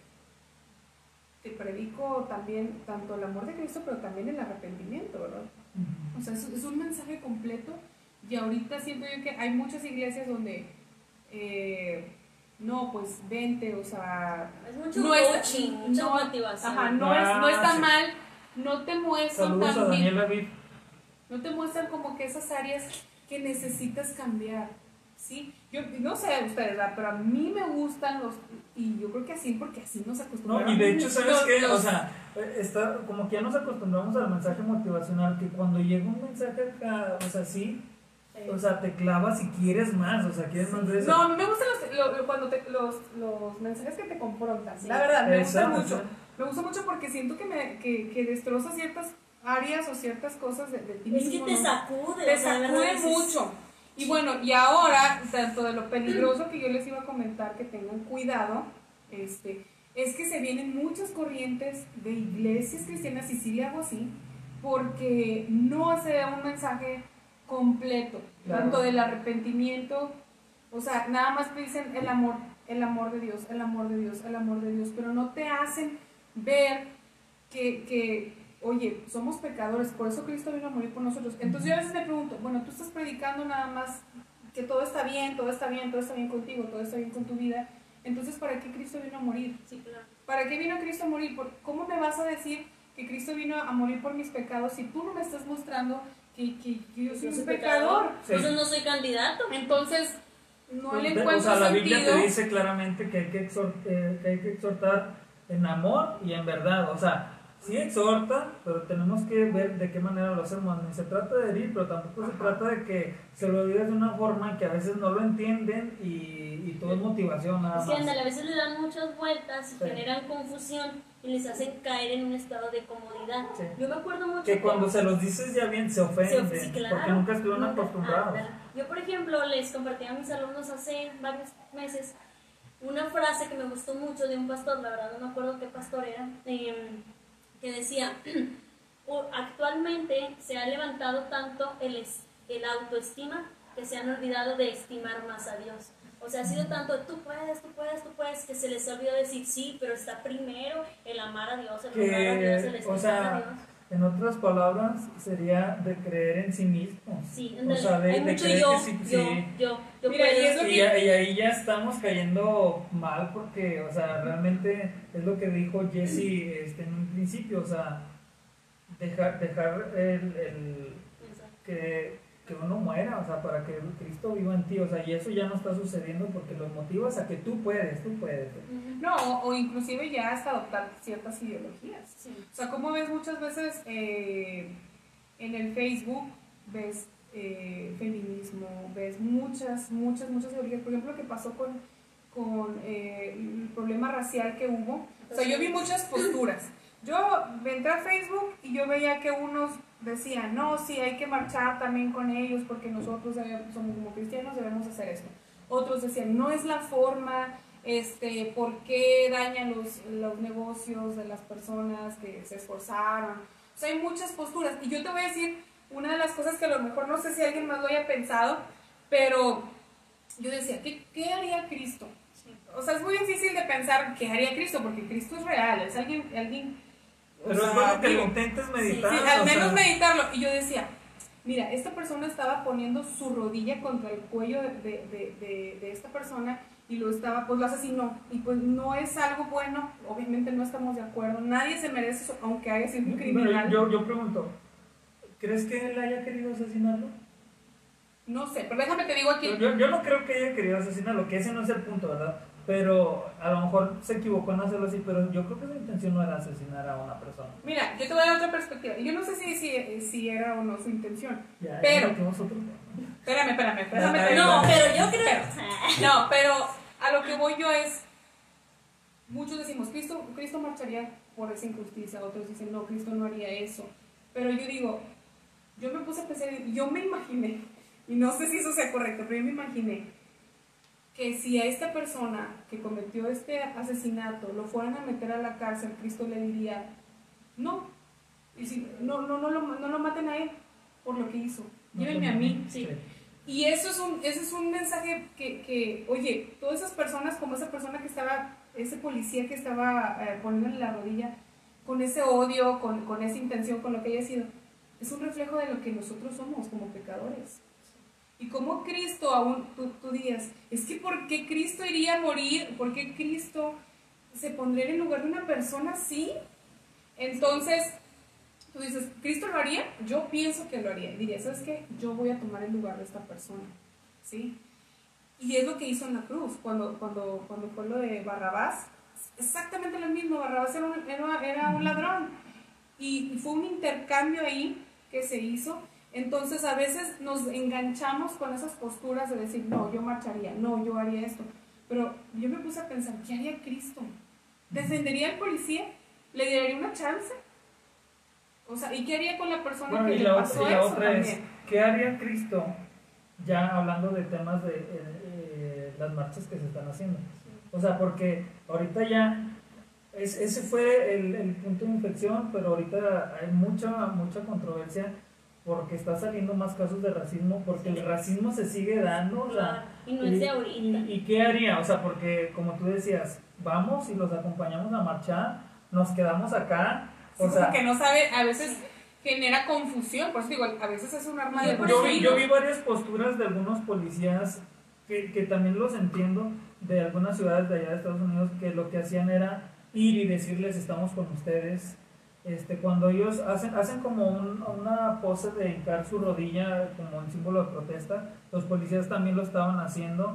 Te predico también tanto el amor de Cristo, pero también el arrepentimiento, ¿verdad? O sea, es, es un mensaje completo y ahorita siento yo que hay muchas iglesias donde, eh, no, pues vente, o sea, Es mucho no es- coaching, mucha no- motivación. ajá, no, es, no está Ah, sí. mal, no te muestran Saludos a también, Daniel David. no te muestran como que esas áreas que necesitas cambiar, ¿sí? Yo no sé ustedes, ¿verdad? Pero a mí me gustan los, y yo creo que así, porque así nos No, acostumbramos. y de hecho, ¿sabes Los- qué? O los- sea, está, como que ya nos acostumbramos al mensaje motivacional, que cuando llega un mensaje acá, o sea, sí, o sea, te clavas y quieres más, o sea, quieres más de eso. No, a mí me gustan los, lo- lo- cuando te- los, los mensajes que te confrontan, Sí. la verdad, me gusta Exacto, mucho. sí. Me gusta mucho porque siento que, me, que, que destroza ciertas áreas o ciertas cosas de, de ti Es que mismo, te ¿no? sacude. Te o sea, de verdad sacude dices, mucho. Y bueno, y ahora, tanto de lo peligroso que yo les iba a comentar, que tengan cuidado, este, es que se vienen muchas corrientes de iglesias cristianas, y sí le hago así, porque no se da un mensaje completo, Claro. tanto del arrepentimiento, o sea, nada más te dicen el amor, el amor de Dios, el amor de Dios, el amor de Dios, pero no te hacen ver que, que oye, somos pecadores, por eso Cristo vino a morir por nosotros. Entonces yo a veces me pregunto, bueno, tú estás predicando nada más que todo está bien, todo está bien, todo está bien contigo, todo está bien con tu vida, entonces ¿para qué Cristo vino a morir? Sí, claro. ¿Para qué vino Cristo a morir? ¿Por- ¿Cómo me vas a decir que Cristo vino a morir por mis pecados si tú no me estás mostrando que, que, que yo soy Yo un soy pecador? Sí. Entonces no soy candidato. Entonces, no le De- encuentro o sea, la Biblia sentido. te dice claramente que hay que, exhort- eh, que hay que exhortar en amor y en verdad. O sea, sí exhorta, pero tenemos que ver de qué manera lo hacemos. Ni se trata de herir, pero tampoco se Ajá. trata de que se lo digas de una forma que a veces no lo entienden y, y todo es motivación nada Es que más. ándale, a veces le dan muchas vueltas y Sí. generan confusión y les hacen caer en un estado de comodidad. Sí. Yo me acuerdo mucho Que cuando se los dices ya bien se Se ofenden, of- sí, claro. porque nunca estuvieron Nunca- acostumbrados. ándale. Yo, por ejemplo, les compartí a mis alumnos hace varios meses una frase que me gustó mucho de un pastor, la verdad no me acuerdo qué pastor era, eh, que decía, "O- actualmente se ha levantado tanto el, es- el autoestima que se han olvidado de estimar más a Dios. O sea, ha sido tanto, tú puedes, tú puedes, tú puedes, que se les ha olvidado decir sí, pero está primero el amar a Dios, el honrar a Dios, el Que, estimar o sea, a Dios. en otras palabras, sería de creer en sí mismos. Sí, o ándale. sea, de, Hay de mucho creer yo, que sí, yo, sí. yo, yo Mira, puedo. y es lo Y, que- ya- y ahí ya estamos cayendo mal porque, o sea, realmente es lo que dijo Jesse este, en un principio, o sea, dejar, dejar el, el- que, que uno muera, o sea, para que Cristo viva en ti, o sea, y eso ya no está sucediendo porque lo motivas a que tú puedes, tú puedes. Ujú. No, o, o inclusive ya hasta adoptar ciertas ideologías. Sí. O sea, como ves muchas veces eh, en el Facebook, ves eh, feminismo, ves muchas, muchas, muchas ideologías. Por ejemplo, lo que pasó con, con eh, el problema racial que hubo. O sea, yo vi muchas posturas. Yo entré a Facebook y yo veía que unos decían, no, sí, hay que marchar también con ellos porque nosotros debemos- somos como cristianos, debemos hacer esto. Otros decían, no es la forma, este, ¿por qué dañan los, los negocios de las personas que se esforzaron? O sea, hay muchas posturas. Y yo te voy a decir una de las cosas que a lo mejor no sé si alguien más lo haya pensado, pero yo decía, ¿qué, qué haría Cristo? O sea, es muy difícil de pensar qué haría Cristo, porque Cristo es real, es alguien... alguien o Pero es sea, bueno que digo, lo intentes meditar. sí, al o sea, menos meditarlo. Y yo decía, mira, esta persona estaba poniendo su rodilla contra el cuello de, de, de, de, de esta persona y lo estaba, pues lo asesinó. Y pues no es algo bueno, obviamente no estamos de acuerdo, nadie se merece eso, aunque haya sido un criminal. Pero yo, yo pregunto, ¿crees que él haya querido asesinarlo? No sé, pero déjame te digo aquí. Yo, yo, yo no creo que haya querido asesinarlo, que ese no es el punto, ¿verdad? Pero a lo mejor se equivocó en hacerlo así, pero yo creo que su intención no era asesinar a una persona. Mira, yo te voy a dar otra perspectiva. Yo no sé si, si, si era o no su intención. Ya, Pero- ya metimos otro tema. Espérame, espérame, déjame te No, digo. pero yo creo. Pero- No, pero a lo que voy yo es, muchos decimos, Cristo, Cristo marcharía por esa injusticia, otros dicen, no, Cristo no haría eso. Pero yo digo, yo me puse a pensar, yo me imaginé, y no sé si eso sea correcto, pero yo me imaginé que si a esta persona que cometió este asesinato lo fueran a meter a la cárcel, Cristo le diría, no, y si, no, no, no, lo, no lo maten a él por lo que hizo, llévenme a mí. Sí. Y eso es un, ese es un mensaje que, que, oye, todas esas personas, como esa persona que estaba, ese policía que estaba eh, poniéndole la rodilla, con ese odio, con, con esa intención, con lo que haya sido, es un reflejo de lo que nosotros somos como pecadores. Y como Cristo, aún tú, tú dirías, es que ¿por qué Cristo iría a morir? ¿Por qué Cristo se pondría en el lugar de una persona así? Entonces, tú dices, ¿Cristo lo haría? Yo pienso que lo haría. Diría, ¿sabes qué? Yo voy a tomar el lugar de esta persona, ¿sí? Y es lo que hizo en la cruz, cuando, cuando, cuando fue lo de Barrabás. Exactamente lo mismo, Barrabás era un, era, era un ladrón. Y, y fue un intercambio ahí que se hizo. Entonces, a veces nos enganchamos con esas posturas de decir, no, yo marcharía, no, yo haría esto. Pero yo me puse a pensar, ¿qué haría Cristo? ¿Defendería al policía? ¿Le daría una chance? O sea, ¿y qué haría con la persona Bueno, que y le la, pasó otra, y la eso otra también? es, ¿qué haría Cristo? Ya hablando de temas de eh, eh, las marchas que se están haciendo. O sea, porque ahorita ya, es, ese fue el, el punto de inflexión, pero ahorita hay mucha, mucha controversia porque está saliendo más casos de racismo, porque el racismo se sigue dando, o sea, Y no es de ahorita. y, y qué haría? O sea, porque como tú decías, vamos y los acompañamos a marchar, nos quedamos acá, o Sí, sea, porque no sabe, a veces genera confusión, por eso digo, a veces es un arma de Yo, por yo, vi, ruido. yo vi varias posturas de algunos policías que, que también los entiendo, de algunas ciudades de allá de Estados Unidos, que lo que hacían era ir y decirles estamos con ustedes. Este, cuando ellos hacen, hacen como un- una pose de hincar su rodilla como un símbolo de protesta, los policías también lo estaban haciendo.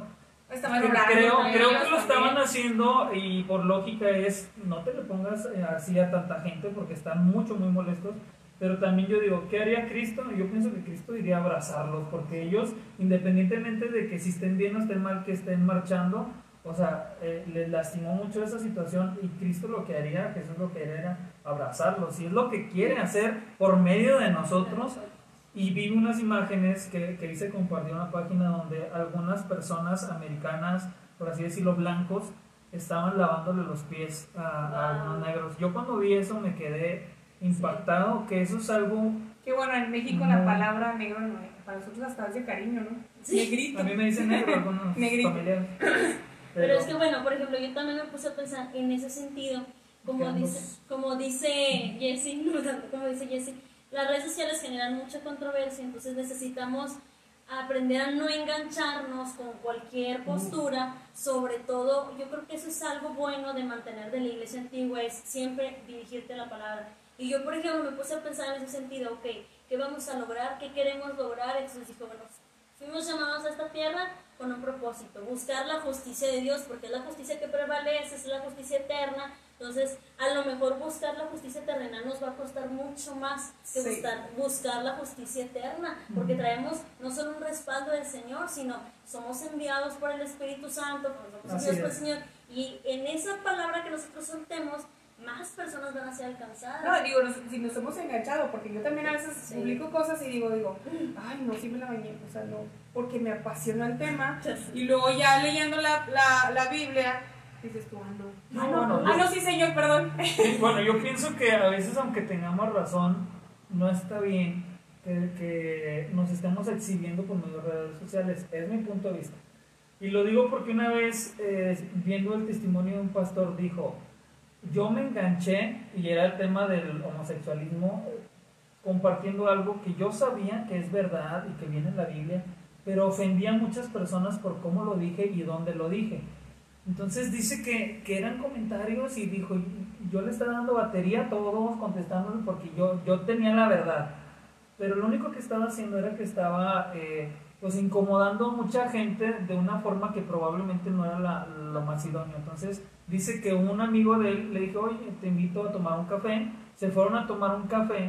Estaban Que orando. creo, con creo ellos que lo también. estaban haciendo y por lógica es no te le pongas eh, así a tanta gente porque están mucho, muy molestos. Pero también yo digo, ¿qué haría Cristo? Yo pienso que Cristo iría a abrazarlos porque ellos, independientemente de que si estén bien o estén mal, que estén marchando, o sea, eh, les lastimó mucho esa situación y Cristo lo que haría, Jesús lo que haría era abrazarlos. Y es lo que quiere hacer por medio de nosotros. Y vi unas imágenes que, que hice compartir en una página donde algunas personas americanas, por así decirlo, blancos, estaban lavándole los pies a, a algunos negros. Yo cuando vi eso me quedé impactado, sí. Que eso es algo... Que bueno, en México no. La palabra negro no es, para nosotros hasta es de cariño, ¿no? Sí. Negrito. A mí me dicen negro algunos Negrito. familiares. Pero, Pero es que bueno, por ejemplo, yo también me puse a pensar en ese sentido, como dice, como dice Jessie, como dice Jessie, las redes sociales generan mucha controversia, entonces necesitamos aprender a no engancharnos con cualquier postura, sobre todo, yo creo que eso es algo bueno de mantener de la iglesia antigua, es siempre dirigirte a la palabra. Y yo, por ejemplo, me puse a pensar en ese sentido, ok, ¿qué vamos a lograr? ¿Qué queremos lograr? Entonces dije, bueno, fuimos llamados a esta tierra con un propósito, buscar la justicia de Dios, porque es la justicia que prevalece, es la justicia eterna. Entonces, a lo mejor buscar la justicia terrenal nos va a costar mucho más que Sí. buscar, buscar la justicia eterna, porque traemos no solo un respaldo del Señor, sino somos enviados por el Espíritu Santo, somos Así enviados por el es. Señor, y en esa palabra que nosotros soltemos, más personas van a ser alcanzadas. No, digo, nos- si nos hemos enganchado, porque yo también a veces Sí. publico cosas y digo, digo, ay, no, sí me la bañé, o sea, no, porque me apasiona el tema, y luego ya leyendo la, la, la Biblia, dices tú, ah, no, ah, no, No, no, ah, yo- no, sí, señor, perdón. Sí, bueno, yo pienso que a veces, aunque tengamos razón, no está bien que, que nos estemos exhibiendo por medio de redes sociales. Es mi punto de vista. Y lo digo porque una vez, eh, viendo el testimonio de un pastor, dijo, yo me enganché, y era el tema del homosexualismo, compartiendo algo que yo sabía que es verdad y que viene en la Biblia, pero ofendía a muchas personas por cómo lo dije y dónde lo dije. Entonces dice que, que eran comentarios y dijo, yo le estaba dando batería a todos contestándole porque yo, yo tenía la verdad, pero lo único que estaba haciendo era que estaba eh, pues incomodando a mucha gente de una forma que probablemente no era la, lo más idóneo. Entonces dice que un amigo de él le dijo, oye, te invito a tomar un café. Se fueron a tomar un café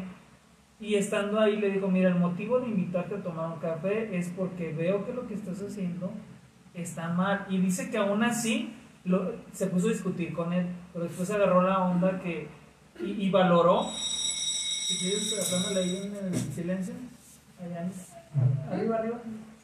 y estando ahí le dijo, mira, el motivo de invitarte a tomar un café es porque veo que lo que estás haciendo está mal. Y dice que aún así lo, se puso a discutir con él, pero después agarró la onda que y, y valoró. Si quieres, aplándale ahí en el silencio. Allá, arriba, arriba.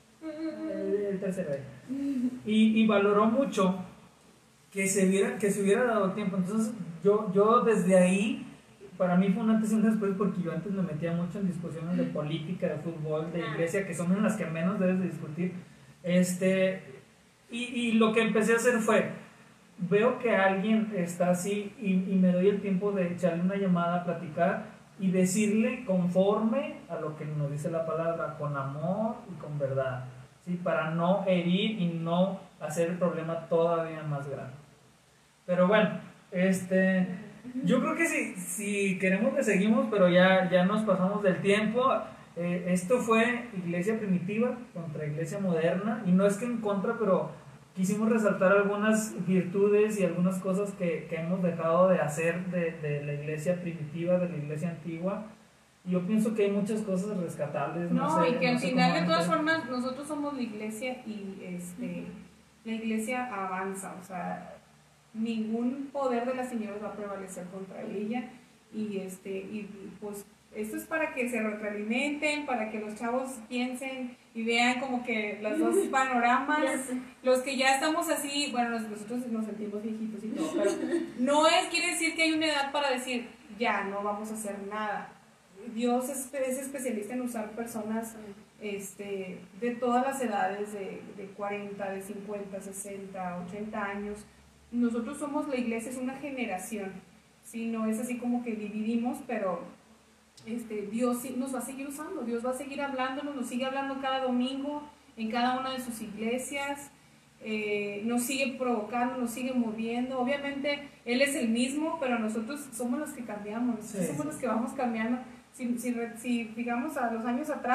El, el tercero ahí. Y, y valoró mucho que se, viera, que se hubiera dado tiempo. Entonces, yo, yo desde ahí, para mí fue un antes y un después, porque yo antes me metía mucho en discusiones de política, de fútbol, de iglesia, que son en las que menos debes de discutir. Este, y, y lo que empecé a hacer fue, veo que alguien está así y, y me doy el tiempo de echarle una llamada, a platicar y decirle conforme a lo que nos dice la palabra, con amor y con verdad, ¿sí? Para no herir y no hacer el problema todavía más grande. Pero bueno, este, yo creo que si, si queremos le seguimos, pero ya, ya nos pasamos del tiempo. Eh, esto fue Iglesia Primitiva contra Iglesia Moderna, y no es que en contra, pero quisimos resaltar algunas virtudes y algunas cosas que, que hemos dejado de hacer de, de la Iglesia Primitiva, de la Iglesia Antigua. Y yo pienso que hay muchas cosas rescatables. No, No, sé, y que no al sé final cómo de todas antes. formas nosotros somos la iglesia y este la iglesia avanza, o sea, ningún poder de las señoras va a prevalecer contra ella y este y pues esto es para que se retroalimenten, para que los chavos piensen y vean como que los dos panoramas, Ya sé. los que ya estamos así, bueno, nos- nosotros nos sentimos viejitos y todo, pero no es, quiere decir que hay una edad para decir, ya, no vamos a hacer nada. Dios es, es especialista en usar personas este, de todas las edades, de, de cuarenta, de cincuenta, sesenta, ochenta años. Nosotros somos la iglesia, es una generación, ¿sí? No es así como que dividimos, pero este, Dios sí nos va a seguir usando, Dios va a seguir hablándonos, nos sigue hablando cada domingo en cada una de sus iglesias, eh, nos sigue provocando, nos sigue moviendo. Obviamente Él es el mismo, pero nosotros somos los que cambiamos, nosotros Sí, somos sí. los que vamos cambiando. Si, si, re- si digamos a los años atrás,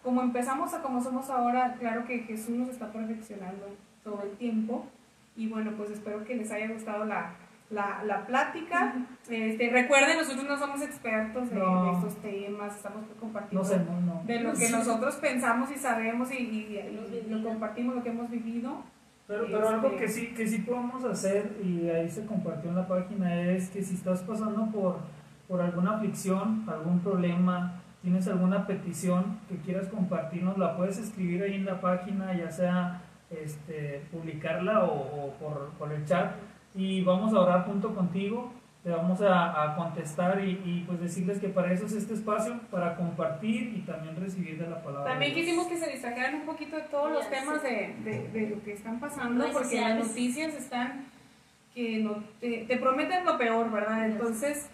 como empezamos a como somos ahora, claro que Jesús nos está perfeccionando todo el tiempo. Y bueno, pues espero que les haya gustado la, la, la plática. Este, recuerden, nosotros no somos expertos de, No. de estos temas, estamos compartiendo No sé, no, no. de lo que nosotros pensamos y sabemos y, y, Hemos y vivido. lo compartimos, lo que hemos vivido. Pero, pero algo Este- que sí, que sí podemos hacer, y ahí se compartió en la página, es que si estás pasando por, por alguna aflicción, algún problema, tienes alguna petición que quieras compartirnos, la puedes escribir ahí en la página, ya sea este, publicarla o, o por, por el chat, y vamos a orar junto contigo, te vamos a, a contestar y, y pues decirles que para eso es este espacio, para compartir y también recibir de la palabra. También de Dios. quisimos que se distrajeran un poquito de todos los Ya, temas sí. de, de, de lo que están pasando, Redes porque las sociales. noticias están que no te, te prometen lo peor, ¿verdad? Ya, Entonces,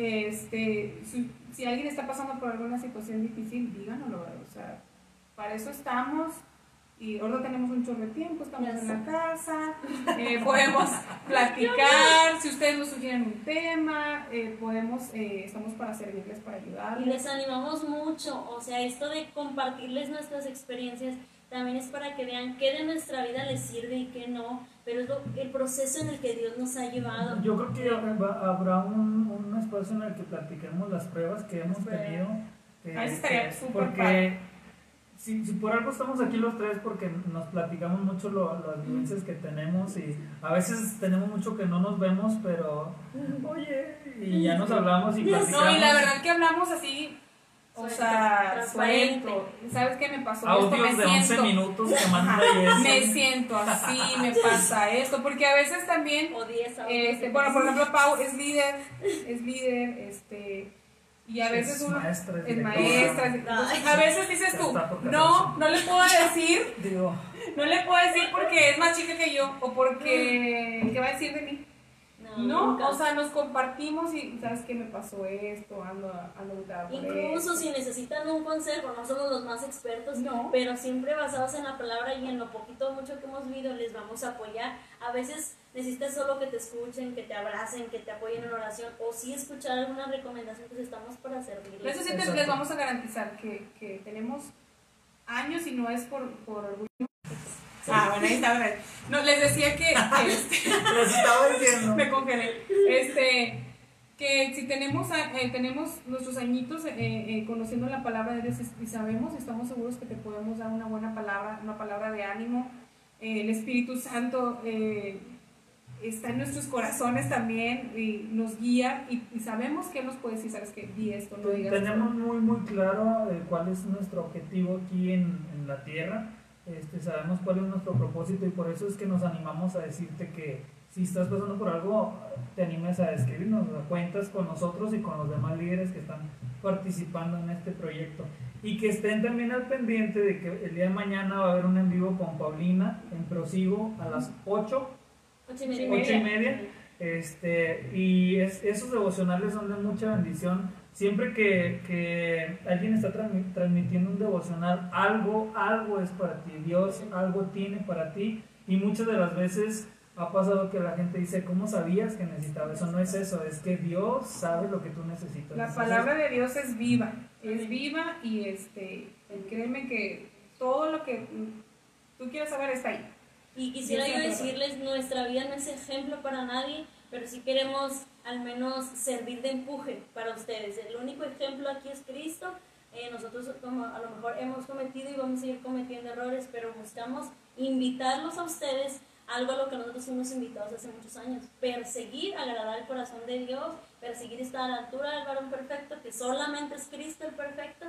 este, si, si alguien está pasando por alguna situación difícil, díganoslo, ¿verdad? O sea, para eso estamos. Y ahora tenemos un chorro de tiempo, estamos Ya en sé. la casa, eh, podemos platicar, si ustedes nos sugieren un tema, eh, podemos, eh, estamos para servirles, para Y ayudarles. les animamos mucho, o sea, esto de compartirles nuestras experiencias también es para que vean qué de nuestra vida les sirve y qué no, pero es lo, el proceso en el que Dios nos ha llevado. Yo creo que habrá habrá un, un espacio en el que platiquemos las pruebas que hemos Pruebas. tenido. que- Ah, eso estaría que- súper porque padre. si, si por algo estamos aquí los tres, porque nos platicamos mucho lo- las vivencias que tenemos y a veces tenemos mucho que no nos vemos, pero oye, y ya nos hablamos y platicamos. No, y la verdad que hablamos así, o Suelto, sea, transparente. suelto. ¿Sabes qué me pasó? Audios esto, me de once siento, minutos que manda ajá, me Jessy. siento así, me pasa esto, porque a veces también, O diez a este, bueno, por ejemplo, Pau es líder, es líder, este, y a veces Es uno maestra, es es directora. maestra, entonces, a veces dices tú, Está por no, catorce. no le puedo decir, Digo, no le puedo decir porque es más chica que yo, o porque, ¿qué va a decir de mí? No, nunca. o sea, nos compartimos y sabes qué me pasó esto, ando, ando agotada por Incluso esto. si necesitan un consejo, no somos los más expertos, No. pero siempre basados en la palabra y en lo poquito o mucho que hemos vivido, les vamos a apoyar. A veces necesitas solo que te escuchen, que te abracen, que te apoyen en oración, o sí escuchar alguna recomendación, pues estamos para servirles. Eso sí te- Exacto. les vamos a garantizar que, que tenemos años y no es por, por orgullo. Ah, bueno, ahí está, ¿verdad? No, les decía que, que, este, les estaba diciendo. me congelé. Este, que si tenemos, a- eh, tenemos nuestros añitos eh, eh, conociendo la palabra de Dios y sabemos, estamos seguros que te podemos dar una buena palabra, una palabra de ánimo. Eh, el Espíritu Santo eh, está en nuestros corazones también y nos guía y, y sabemos que Él nos puede decir, sabes que di esto, no digas esto. Tenemos muy muy claro eh, cuál es nuestro objetivo aquí en, en la tierra. Este, sabemos cuál es nuestro propósito y por eso es que nos animamos a decirte que si estás pasando por algo, te animes a escribirnos, o sea, cuentas con nosotros y con los demás líderes que están participando en este proyecto. Y que estén también al pendiente de que el día de mañana va a haber un en vivo con Paulina en Prosigo a las ocho, Ocho y media. ocho y media. Este, y es- esos devocionales son de mucha bendición. Siempre que, que alguien está transmi- transmitiendo un devocional, algo, algo es para ti. Dios algo tiene para ti. Y muchas de las veces ha pasado que la gente dice, ¿cómo sabías que necesitaba eso? No es eso, es que Dios sabe lo que tú necesitas. La Entonces, palabra de Dios es viva, es viva y este, y créeme que todo lo que tú quieras saber está ahí. Y quisiera Dios yo nos ayuda. decirles, nuestra vida no es ejemplo para nadie, pero sí queremos al menos servir de empuje para ustedes. El único ejemplo aquí es Cristo. Eh, nosotros como a lo mejor hemos cometido y vamos a seguir cometiendo errores, pero buscamos invitarlos a ustedes a algo a lo que nosotros fuimos invitados hace muchos años. Perseguir, agradar el corazón de Dios, perseguir estar a la altura del varón perfecto, que solamente es Cristo el perfecto.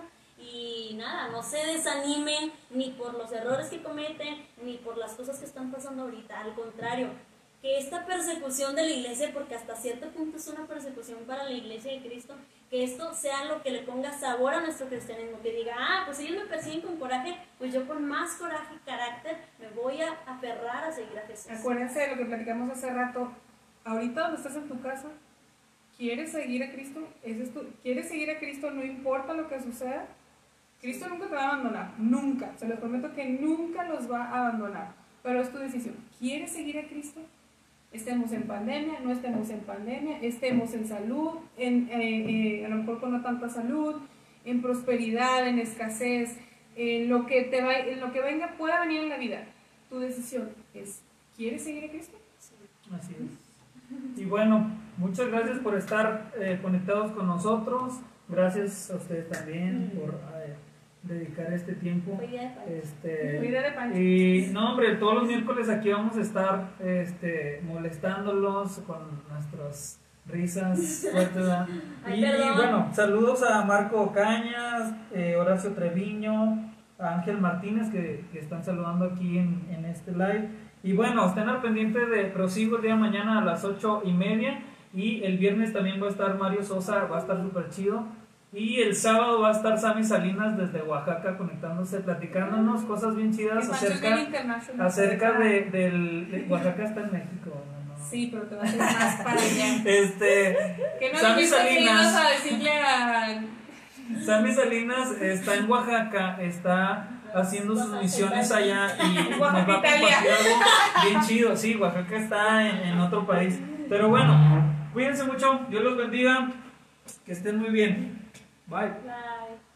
Y nada, no se desanimen ni por los errores que cometen, ni por las cosas que están pasando ahorita. Al contrario, que esta persecución de la iglesia, porque hasta cierto punto es una persecución para la iglesia de Cristo, que esto sea lo que le ponga sabor a nuestro cristianismo, que diga, ah, pues ellos me persiguen con coraje, pues yo con más coraje y carácter me voy a aferrar a seguir a Jesús. Acuérdense de lo que platicamos hace rato, ahorita donde estás en tu casa, ¿quieres seguir a Cristo? ¿Ese es tu- ¿Quieres seguir a Cristo no importa lo que suceda? Cristo nunca te va a abandonar, nunca, se los prometo que nunca los va a abandonar, pero es tu decisión. ¿Quieres seguir a Cristo? Estemos en pandemia, no estemos en pandemia, estemos en salud, en, eh, eh, a lo mejor con no tanta salud, en prosperidad, en escasez, en lo que te va, en lo que venga, pueda venir en la vida, tu decisión es, ¿quieres seguir a Cristo? Así es. Y bueno, muchas gracias por estar eh, conectados con nosotros. Gracias a ustedes también por eh, dedicar este tiempo. Fue idea de Pancho. Este, Fue idea de Pancho. y no, hombre, todos los miércoles aquí vamos a estar este, molestándolos con nuestras risas fuertes, ¿verdad? Ay, Y perdón. bueno, saludos a Marco Cañas, eh, Horacio Treviño, a Ángel Martínez que, que están saludando aquí en, en este live. Y bueno, estén al pendiente de Prosigo el día de mañana a las ocho y media. Y el viernes también va a estar Mario Sosa, va a estar súper chido. Y el sábado va a estar Sammy Salinas desde Oaxaca conectándose, platicándonos cosas bien Que chidas Pancho es bien acerca, international. acerca de, del... de- Oaxaca está en México, ¿no? Sí, pero te vas a ir más para allá. Este, Que no Sammy dijiste que Salinas. ibas a decirle a... Sammy Salinas está en Oaxaca, está haciendo sus misiones allá y nos va a Oaxaca, compartir Italia. algo bien chido. Sí, Oaxaca está en, en otro país. Pero bueno, cuídense mucho, Dios los bendiga, que estén muy bien. Bye. Bye.